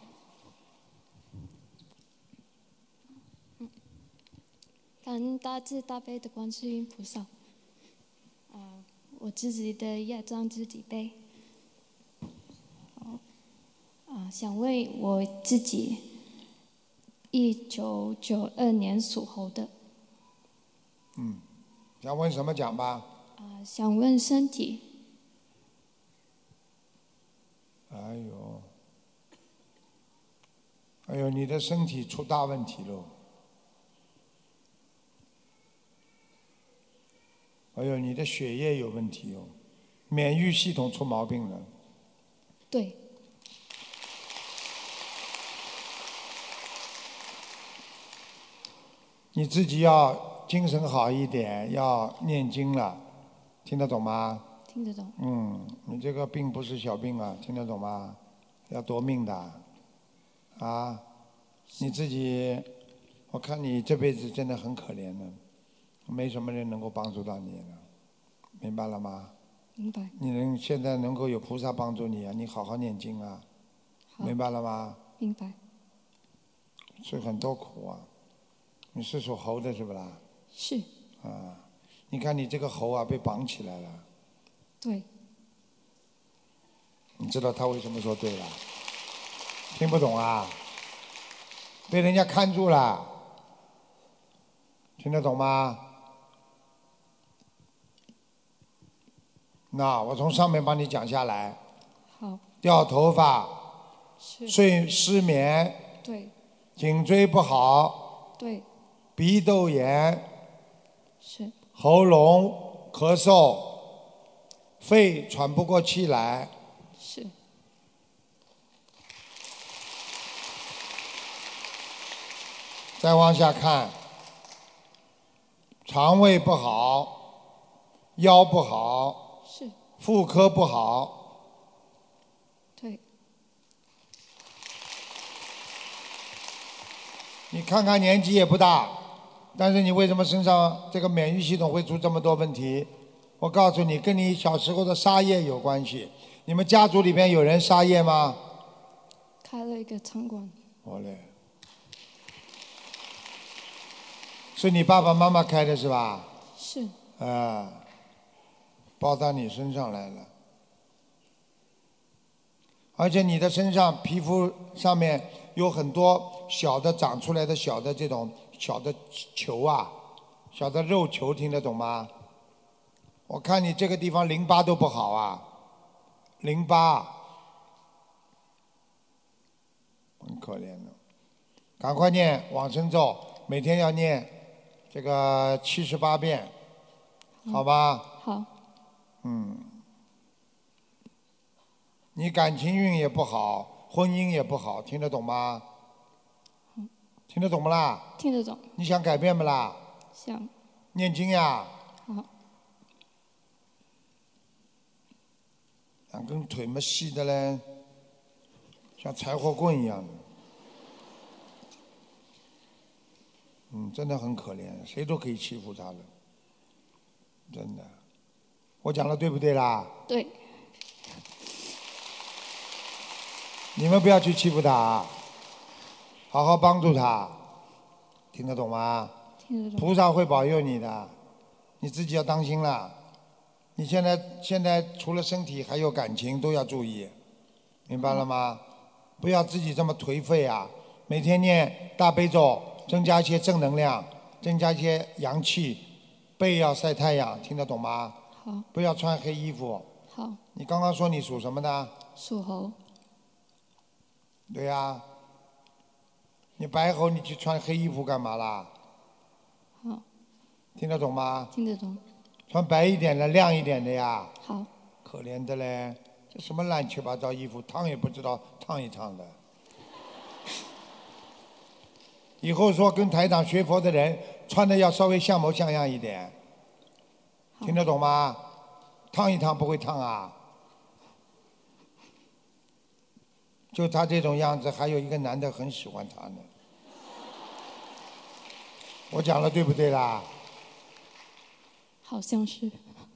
感恩大慈大悲的观世音菩萨。我自己的业障自己背。想问我自己，1992年属猴的。 想问什么讲吧？ 想问身体。 哎呦，你的身体出大问题喽！哎呦，你的血液有问题哦，免疫系统出毛病了。 对。 你自己要精神好一点，要念经了， 听得懂吗？ 听得懂。 你这个病不是小病啊，听得懂吗？要夺命的，啊，你自己，我看你这辈子真的很可怜的，没什么人能够帮助到你了，明白了吗？ 明白。 你现在能够有菩萨帮助你啊，你好好念经啊，明白了吗？ 明白。 吃很多苦啊，你是属猴的是不啦？ 是。 啊，你看你这个猴啊被绑起来了。 对。 你知道他为什么说对了？听不懂啊？被人家看住了，听得懂吗？那我从上面帮你讲下来。 好。 掉头发， 是。 失眠， 对。 颈椎不好， 对。 鼻窦炎， 是。 喉咙咳嗽，肺喘不过气来。 是。 再往下看，肠胃不好，腰不好， 是。 妇科不好。 对。 你看看年纪也不大，但是你为什么身上这个免疫系统会出这么多问题？我告诉你，跟你小时候的杀业有关系。你们家族里边有人杀业吗？ 开了一个餐馆。 我嘞，是你爸爸妈妈开的是吧？ 是。 报到你身上来了。而且你的身上皮肤上面有很多小的长出来的小的这种小的球啊，小的肉球，听得懂吗？我看你这个地方淋巴都不好啊，淋巴很可怜的。赶快念往生咒，每天要念这个78遍，好吧？ 好。 你感情运也不好，婚姻也不好，听得懂吗？听得懂不啦？ 听得懂。 你想改变不啦？ 想。 念经呀。 好。 两根腿嘛细的嘞，像柴火棍一样的。真的很可怜，谁都可以欺负他的，真的。我讲的对不对啦？ 对。 你们不要去欺负他，好好帮助他，听得懂吗？ 听得懂。 菩萨会保佑你的，你自己要当心了。你现在除了身体还有感情都要注意，明白了吗？不要自己这么颓废啊！每天念大悲咒，增加一些正能量，增加一些阳气，背要晒太阳，听得懂吗？ 好。 不要穿黑衣服。 好。 你刚刚说你属什么的？ 属猴。 对呀。你白猴，你去穿黑衣服干嘛啦？ 好。 听得懂吗？ 听得懂。 穿白一点的、亮一点的呀。 好。 可怜的嘞，这什么乱七八糟衣服，烫也不知道烫一烫的。以后说跟台长学佛的人穿的要稍微像模像样一点，听得懂吗？烫一烫不会烫啊。就他这种样子，还有一个男的很喜欢他呢。我讲了对不对啦？ 好像是。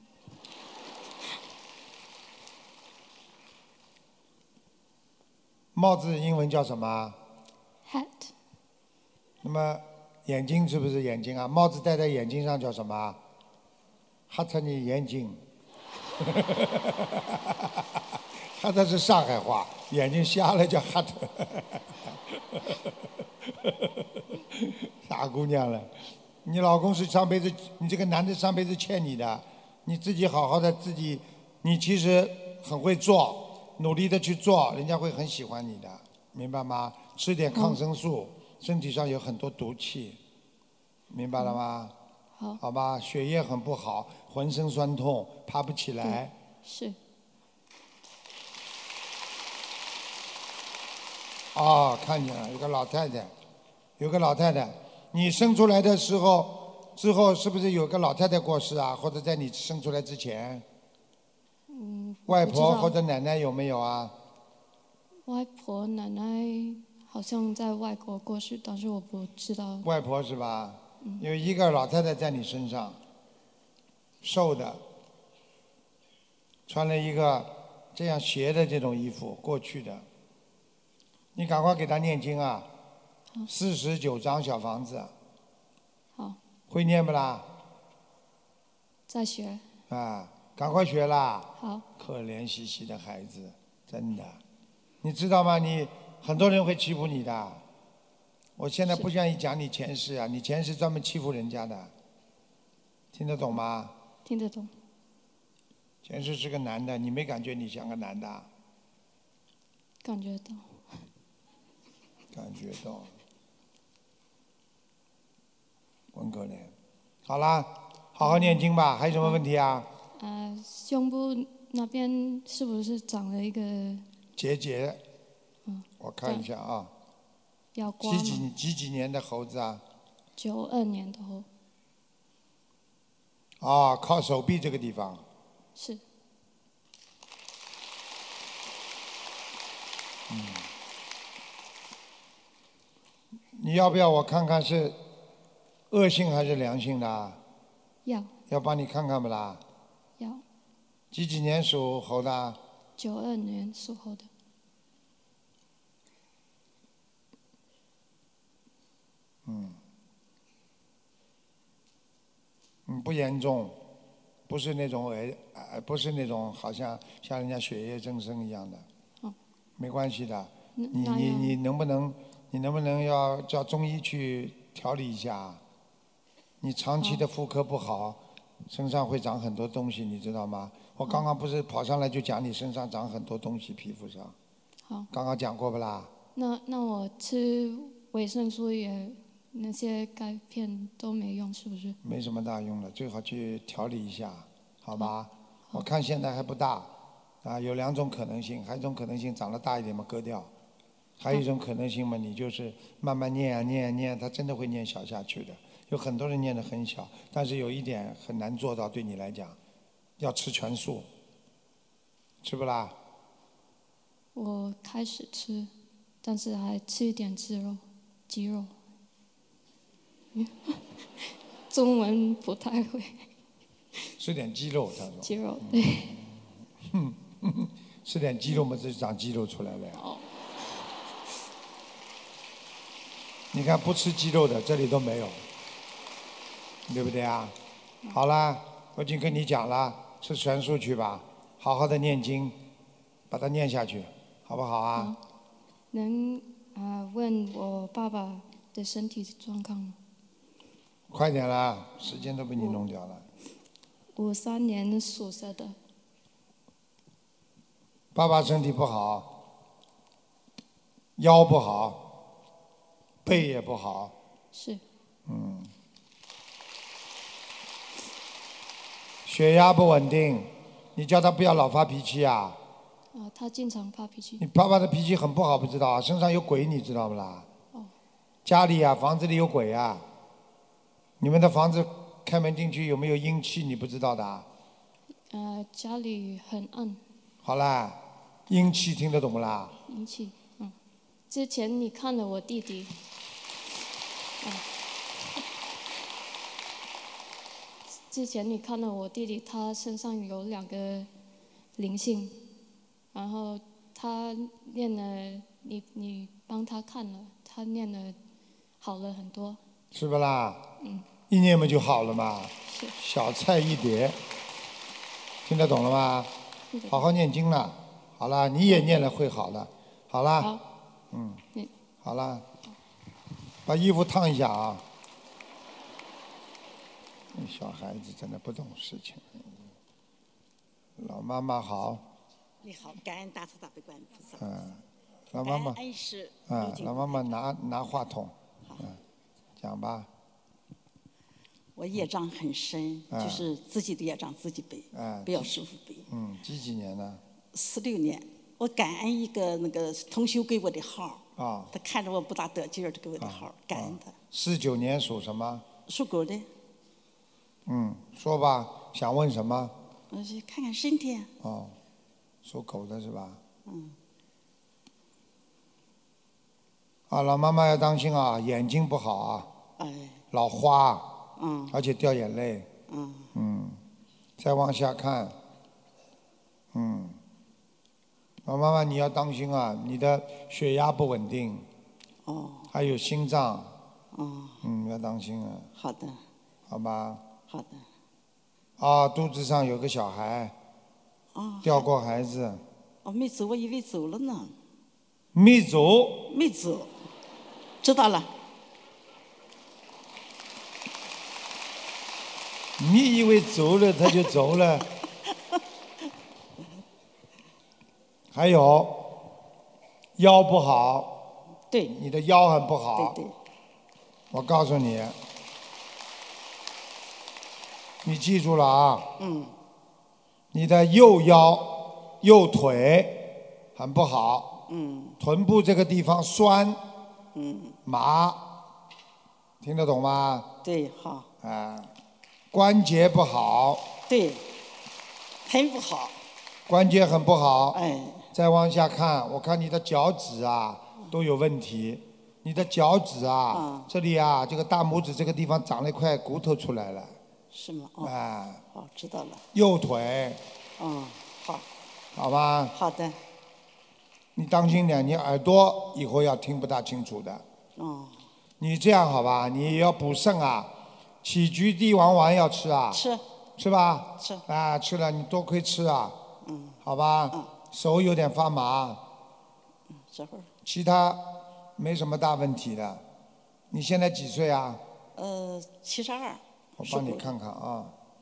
帽子英文叫什么 ？Hat。 那么眼睛是不是眼睛啊？帽子戴在眼睛上叫什么 ？hat 你眼睛。hat 是上海话，眼睛瞎了叫 hat。傻姑娘了，你老公是上辈子，你这个男的上辈子欠你的，你自己好好的自己，你其实很会做，努力的去做，人家会很喜欢你的，明白吗？吃点抗生素，身体上有很多毒气，明白了吗？ 好。 好吧，血液很不好，浑身酸痛，爬不起来。 是。哦， 看见了，有个老太太，你生出来的时候之后是不是有个老太太过世啊？或者在你生出来之前？外婆或者奶奶有没有啊？ 外婆奶奶好像在外国过世，但是我不知道。 外婆是吧？有一个老太太在你身上，瘦的，穿了一个这样斜的这种衣服，过去的。你赶快给她念经啊！49张小房子。 好。 会念不啦？ 在学。 啊，赶快学啦！ 好。 可怜兮兮的孩子，真的，你知道吗？你很多人会欺负你的。我现在不愿意讲你前世啊，你前世专门欺负人家的，听得懂吗？ 听得懂。 前世是个男的，你没感觉你像个男的？ 感觉到。 感觉到。很可怜。好啦，好好念经吧。还有什么问题啊？ 胸部那边是不是长了一个结？我看一下啊。 要刮吗？ 几年的猴子啊 ？92年的猴。 啊，靠手臂这个地方。 是。 你要不要我看看是恶性还是良性的啊？要帮你看看不啦？ 要。 几年属猴的 ？92年属猴的。 不严重，不是那种不是那种好像人家血液增生一样的。没关系的。你能不能要叫中医去调理一下？你长期的妇科不好，身上会长很多东西，你知道吗？我刚刚不是跑上来就讲你身上长很多东西，皮肤上。 好。 刚刚讲过不啦？ 那我吃维生素也那些钙片都没用，是不是？ 没什么大用的，最好去调理一下，好吧？我看现在还不大，有2种可能性，还有一种可能性长得大一点嘛割掉，还有一种可能性嘛你就是慢慢念啊念啊念，它真的会念小下去的。有很多人念得很小，但是有一点很难做到，对你来讲，要吃全素，吃不啦？ 我开始吃，但是还吃一点鸡肉。中文不太会。 吃点鸡肉，他说。 鸡肉，对。 吃点鸡肉嘛，就长肌肉出来了呀。你看不吃鸡肉的，这里都没有。对不对啊？好啦，我已经跟你讲了，吃全素去吧，好好的念经，把它念下去，好不好啊？ 能问我爸爸的身体状况吗？ 快点啦，时间都被你弄掉了。 53年属蛇的。 爸爸身体不好，腰不好，背也不好。 是。 血压不稳定，你叫他不要老发脾气啊。 他经常发脾气。 你爸爸的脾气很不好，不知道啊？身上有鬼，你知道不啦？家里啊，房子里有鬼啊。你们的房子开门进去有没有阴气？你不知道的啊？ 家里很暗。 好啦，阴气听得懂不啦？ 阴气，之前你看了我弟弟。之前你看到我弟弟，他身上有2个灵性，然后他念了，你帮他看了，他念了好了很多。 是不啦？一念嘛就好了嘛。 是。 小菜一碟，听得懂了吗？好好念经了，好了，你也念了会好的，好啦。 好。 好啦，把衣服烫一下啊。小孩子真的不懂事情。老妈妈好。 你好，感恩大慈大悲观音菩萨。 老妈妈。 恩师。 老妈妈拿话筒。讲吧。 我业障很深，就是自己的业障自己背，不要师父背。 几年呢 ？16年。我感恩一个那个同修给我的号。他看着我不大得劲儿，就给我的号，感恩他。 49年属什么？ 属狗的。 说吧，想问什么？ 我去看看身体。 哦，属狗的是吧？啊，老妈妈要当心啊，眼睛不好啊，老花，而且掉眼泪，再往下看，老妈妈你要当心啊，你的血压不稳定，还有心脏，要当心啊。 好的。 好吧。 好的。 啊，肚子上有个小孩，掉过孩子。 没走，我以为走了呢。 没走。 没走，知道了。 你以为走了他就走了？还有腰不好。 对。 你的腰很不好。 对。 我告诉你，你记住了啊。你的右腰、右腿很不好。臀部这个地方酸。麻。听得懂吗？ 对，好。 关节不好。 对，很不好。 关节很不好。再往下看，我看你的脚趾啊都有问题。你的脚趾啊，这里啊，这个大拇指这个地方长了一块骨头出来了。 是吗？知道了。 右腿。 好。 好吧。 好的。 你当心点，你耳朵以后要听不大清楚的。你这样好吧，你要补肾啊，杞菊地黄丸要吃啊。吃吧。吃了你多亏吃啊。好吧。手有点发麻。 这会儿。 其他没什么大问题的。你现在几岁啊 ？72。 我帮你看看啊。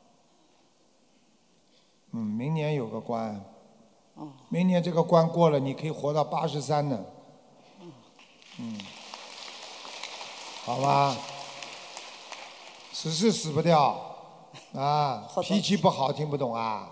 明年有个关。明年这个关过了，你可以活到83呢。好吧。死是死不掉。脾气不好，听不懂啊。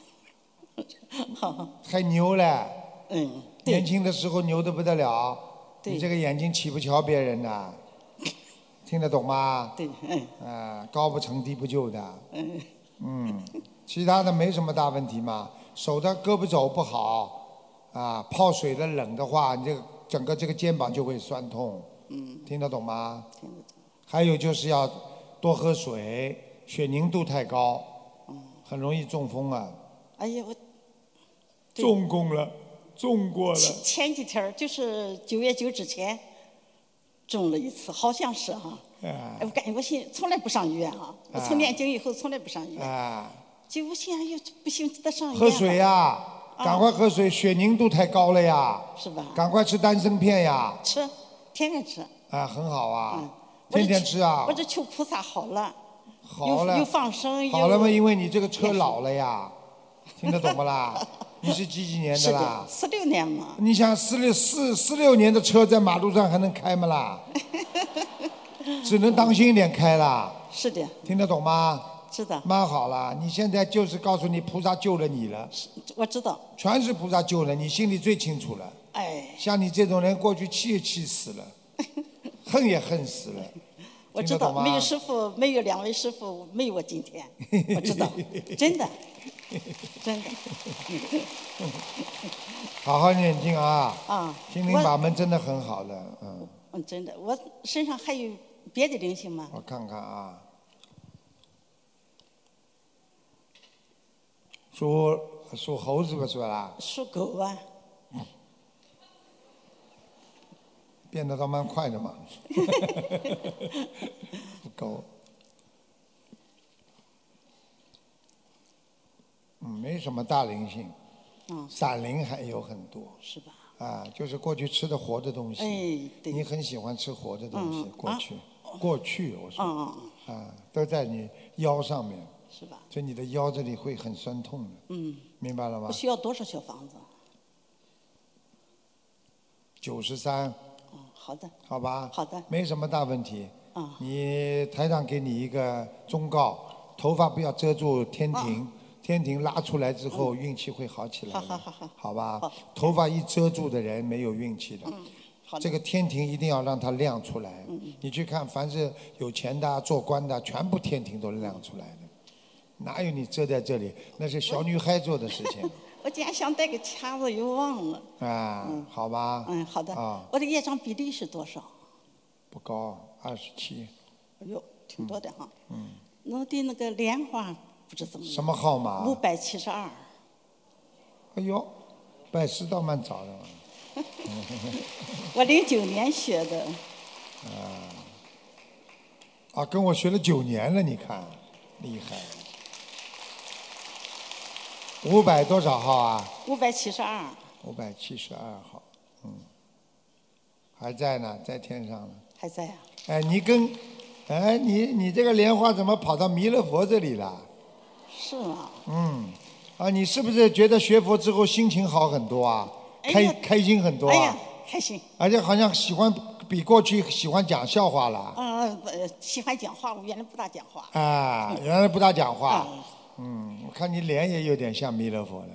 太牛了。年轻的时候牛得不得了。你这个眼睛岂不瞧别人呐？听得懂吗？ 对。 高不成低不就的。其他的没什么大问题嘛。手的胳膊肘不好，泡水的冷的话，你这个整个这个肩膀就会酸痛。听得懂吗？ 听得懂。 还有就是要多喝水，血凝度太高，很容易中风啊。 哎呀，我。 中过了。 前几天就是9月9之前中了一次，好像是哈。我感觉我从来不上医院啊，我从念经以后从来不上医院。就我现在又不行，得上医院。 喝水呀，赶快喝水，血凝度太高了呀。 是吧？ 赶快吃丹参片呀。 吃，天天吃。 很好啊。天天吃啊。 我这求菩萨好了。 好了。 又放生。 好了吗？因为你这个车老了呀，听得懂不啦？你是几年的啦 ？46年嘛。 你想46年的车在马路上还能开吗啦？只能当心一点开啦。 是的。 听得懂吗？ 知道。 蛮好了，你现在就是告诉你菩萨救了你了。 我知道。 全是菩萨救了，你心里最清楚了。像你这种人，过去气也气死了，恨也恨死了。 我知道，没有师傅，没有2位师傅，没有我今天。我知道，真的。真的。 好好念经啊！心灵法门真的很好的， 真的，我身上还有别的灵性吗？ 我看看啊。属猴子吧，是吧啦？ 属狗啊。 变得倒蛮快的嘛。狗。没什么大灵性。散灵还有很多。 是吧？ 就是过去吃的活的东西。 对。 你很喜欢吃活的东西，过去我说。都在你腰上面。 是吧？ 所以你的腰这里会很酸痛的。明白了吗？ 我需要多少小房子 ？93。 好的。 好吧。 好的。 没什么大问题。你台长给你一个忠告，头发不要遮住天庭。天庭拉出来之后，运气会好起来的。好吧。头发一遮住的人没有运气的。这个天庭一定要让它亮出来。你去看，凡是有钱的、做官的，全部天庭都亮出来的。 哪有你遮在这里？那是小女孩做的事情。 我今天想带个卡子，又忘了。 啊，好吧。 好的。 啊， 我的业障比例是多少？ 不高，27。 哎呦，挺多的哈。我的那个莲花不知怎么样。 什么号码 ？572。 哎呦，拜师倒蛮早的嘛。 我09年学的。 跟我学了9年了，你看，厉害。500多少号啊 ？572。 572号，还在呢，在天上呢。 还在啊。 你这个莲花怎么跑到弥勒佛这里了？ 是吗？ 你是不是觉得学佛之后心情好很多啊？开心很多啊？ 哎呀，开心。 而且好像比过去喜欢讲笑话了。 喜欢讲话，我原来不大讲话。 原来不大讲话。我看你脸也有点像弥勒佛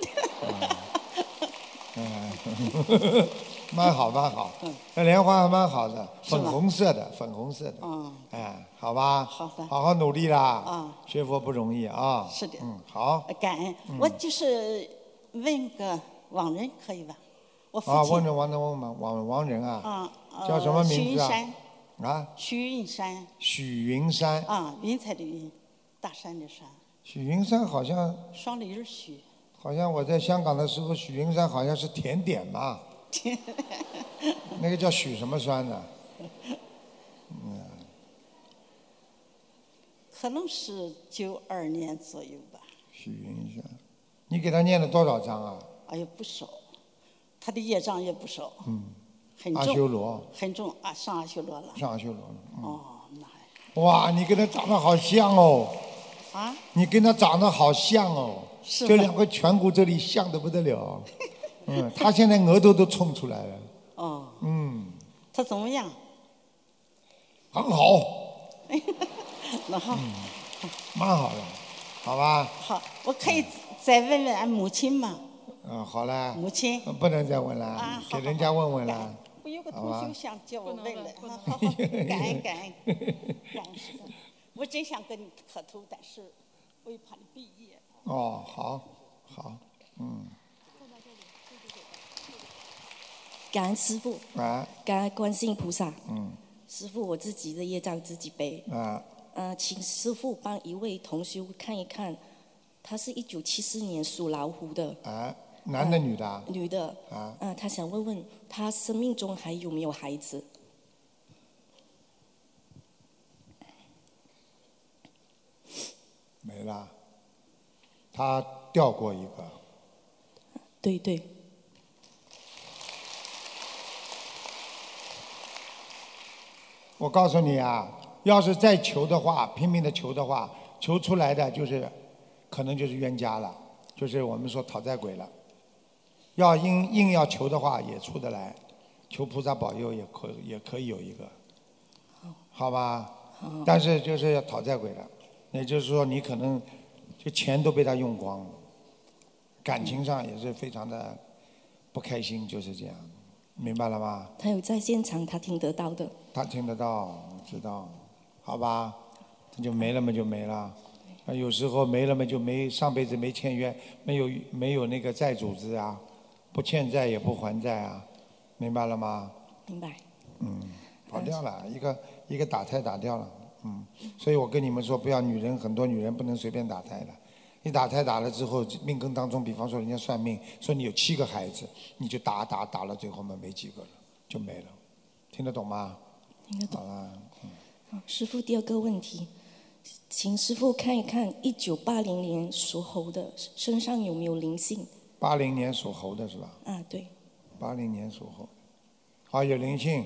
的。蛮好，蛮好。那莲花还蛮好的，粉红色的。好吧。 好的。 好好努力啦。学佛不容易啊。 是的。 好。 感恩。我就是问个网人可以吧？我父亲。 问着网人啊。叫什么名字啊？ 许云山。 许云山。 云彩的云，大山的山。 许云山好像。 双立人许。 好像我在香港的时候，许云山好像是甜点嘛。那个叫许什么酸呢？ 可能是92年左右吧。 许云山，你给他念了多少章啊？ 哎呀，不少，他的业障也不少。很重。 阿修罗。 很重啊，上阿修罗了。 上阿修罗了。 那。 哇，你跟他长得好像哦。你跟他长得好像哦。 是。 这2个颧骨这里像得不得了。他现在额头都冲出来了。 他怎么样？ 很好。 那好。 蛮好的，好吧。 好，我可以再问问俺母亲吗？ 好嘞。 母亲。 不能再问了，给人家问问了。 我有个同学想叫我问了，好，感恩。我真想跟你磕头，但是我又怕你毕业。 好。 感恩师父，感恩观世音菩萨。师父，我自己的业障自己背。请师父帮一位同修看一看，他是1974年属老虎的。 男的女的？ 女的。他想问问他生命中还有没有孩子？ 没了。他掉过一个。 对。 我告诉你啊，要是再求的话，拼命的求的话，求出来的可能就是冤家了，就是我们说讨债鬼了。要硬要求的话，也出得来，求菩萨保佑也可以有一个，好吧？但是就是要讨债鬼了，也就是说你可能就钱都被他用光了，感情上也是非常的不开心，就是这样。明白了吗？ 他有在现场，他听得到的。 他听得到，我知道，好吧，那就没了嘛，就没了。有时候没了嘛，就没上辈子没欠冤，没有那个债主子啊，不欠债也不还债啊，明白了吗？ 明白。 跑掉了，一个打胎打掉了，所以我跟你们说，不要很多女人不能随便打胎的。你打胎打了之后，命根当中，比方说人家算命说你有7个孩子，你就打了，最后嘛没几个了，就没了，听得懂吗？ 听得懂。 好了。 师父，第2个问题，请师父看一看1980年属猴的身上有没有灵性。 80年属猴的是吧？ 对。 80年属猴的，好，有灵性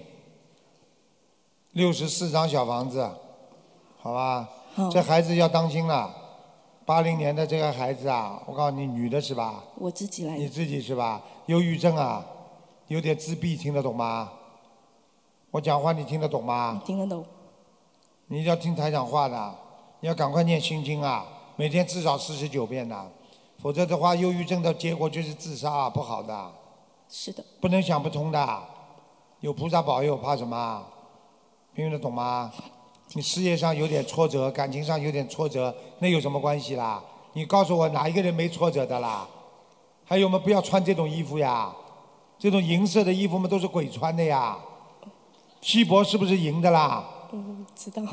，64张小房子，好吧？这孩子要当心了。80年的这个孩子啊，我告诉你，女的是吧？ 我自己来的。 你自己是吧？忧郁症啊，有点自闭，听得懂吗？我讲话你听得懂吗？ 听得懂。 你要听台长话的，你要赶快念心经啊，每天至少49遍的，否则的话，忧郁症的结果就是自杀，不好的。 是的。 不能想不通的，有菩萨保佑，怕什么？听得懂吗？ 你事业上有点挫折，感情上有点挫折，那有什么关系啦？你告诉我哪一个人没挫折的啦？还有吗？不要穿这种衣服呀，这种银色的衣服嘛都是鬼穿的呀。锡箔是不是银的啦？ 知道。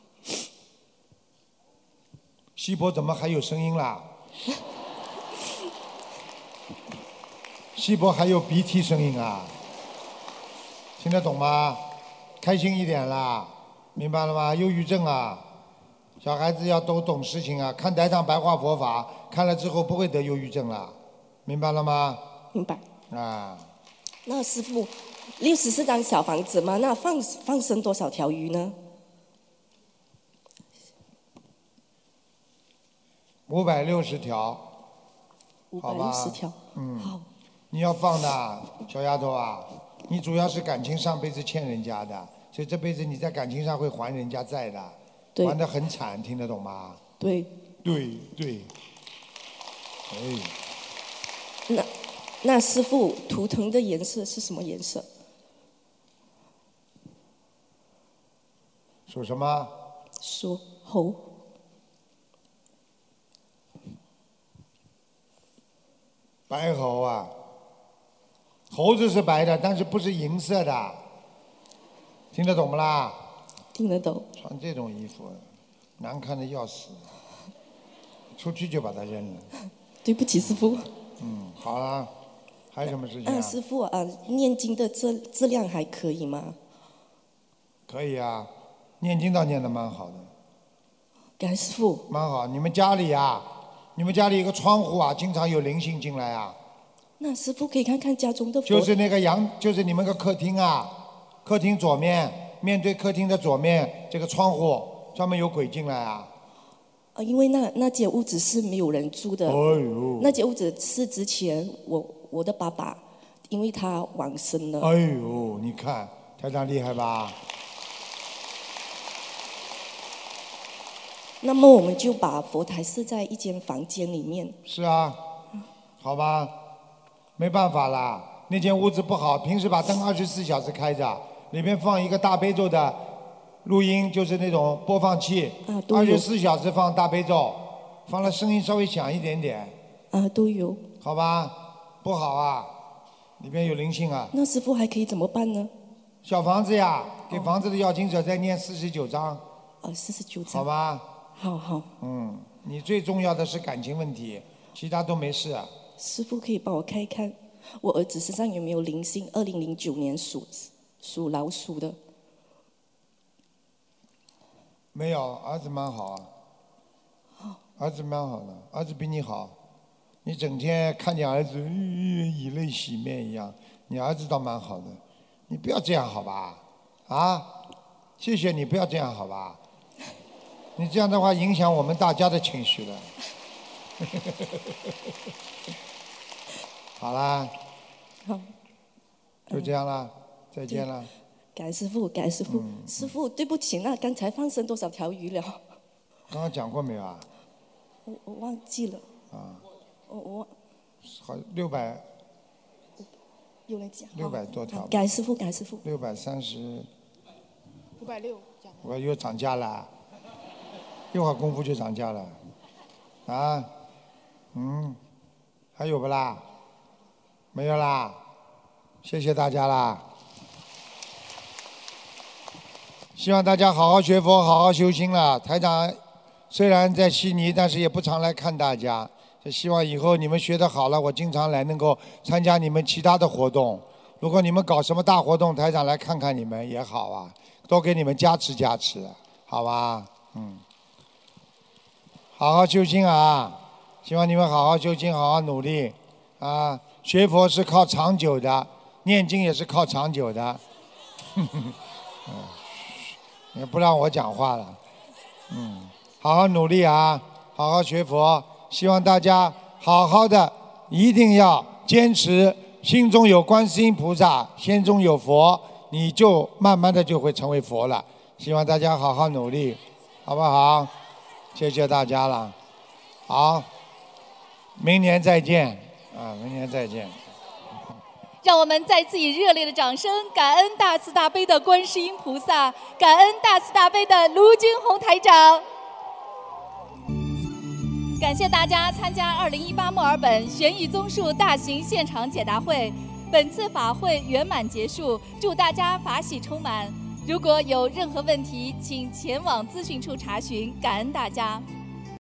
锡箔怎么还有声音啦？锡箔还有鼻涕声音啊？听得懂吗？开心一点啦，明白了吗？忧郁症啊，小孩子要都懂事情啊。看台上白话佛法，看了之后不会得忧郁症了，明白了吗？ 明白。 啊。 那师父，64张小房子吗？那放生多少条鱼呢 ？560条。 560条。 好。你要放的，小丫头啊，你主要是感情上辈子欠人家的，所以这辈子你在感情上会还人家债的，还得很惨，听得懂吗？ 对。 对。哎。 那师父，图腾的颜色是什么颜色？ 属什么？ 属猴。 白猴啊，猴子是白的，但是不是银色的，听得懂不啦？ 听得懂。 穿这种衣服，难看的要死，出去就把它扔了。 对不起，师父。 好了。还有什么事情啊？ 师父念经的质量还可以吗？ 可以啊，念经倒念得蛮好的。 感恩师父。 蛮好，你们家里有个窗户啊，经常有灵性进来啊。 那师父可以看看家中的佛。 就是那个就是你们个客厅啊，客厅左面面对客厅的左面这个窗户专门有鬼进来啊。 因为那间屋子是没有人住的。那间屋子是之前我的爸爸，因为他往生了。 哎呦，你看台长厉害吧？ 那么我们就把佛台设在一间房间里面。 是啊，好吧，没办法啦，那间屋子不好，平时把灯24小时开着，里面放一个大悲咒的录音，就是那种播放器，24小时放大悲咒，放了声音稍微响一点点。 都有。 好吧。不好啊，里面有灵性啊。 那师父还可以怎么办呢？ 小房子呀，给房子的要经者再念49章。 49章。 好吧。 好。 你最重要的是感情问题，其他都没事。 师父可以帮我看一看，我儿子身上有没有灵性？2009年属老鼠的。 没有，儿子蛮好啊。儿子蛮好的，儿子比你好。你整天看见儿子以泪洗面一样，你儿子倒蛮好的，你不要这样好吧？啊，谢谢你，不要这样好吧？你这样的话影响我们大家的情绪了。好啦。 好。 就这样啦，再见啦。 感恩师父，感恩师父。师父，对不起，那刚才放生多少条鱼了？ 刚刚讲过没有啊？ 我忘记了。我好600。 有人讲。 600多条。 感恩师父，感恩师父。 630。 560。 我又涨价了，一会儿功夫就涨价了。啊？还有不啦？没有啦？谢谢大家啦。希望大家好好学佛，好好修心了。台长虽然在悉尼，但是也不常来看大家。希望以后你们学得好了，我经常来能够参加你们其他的活动。如果你们搞什么大活动，台长来看看你们也好啊，多给你们加持加持，好吧？好好修心啊！希望你们好好修心，好好努力啊！学佛是靠长久的，念经也是靠长久的。也不让我讲话了。好好努力啊，好好学佛。希望大家好好的，一定要坚持，心中有观世音菩萨，心中有佛，你就慢慢的就会成为佛了。希望大家好好努力，好不好？谢谢大家了。好，明年再见啊！明年再见。 让我们再次以热烈的掌声，感恩大慈大悲的观世音菩萨，感恩大慈大悲的卢军红台长。感谢大家参加2018墨尔本悬疑综述大型现场解答会，本次法会圆满结束，祝大家法喜充满。如果有任何问题，请前往资讯处查询，感恩大家。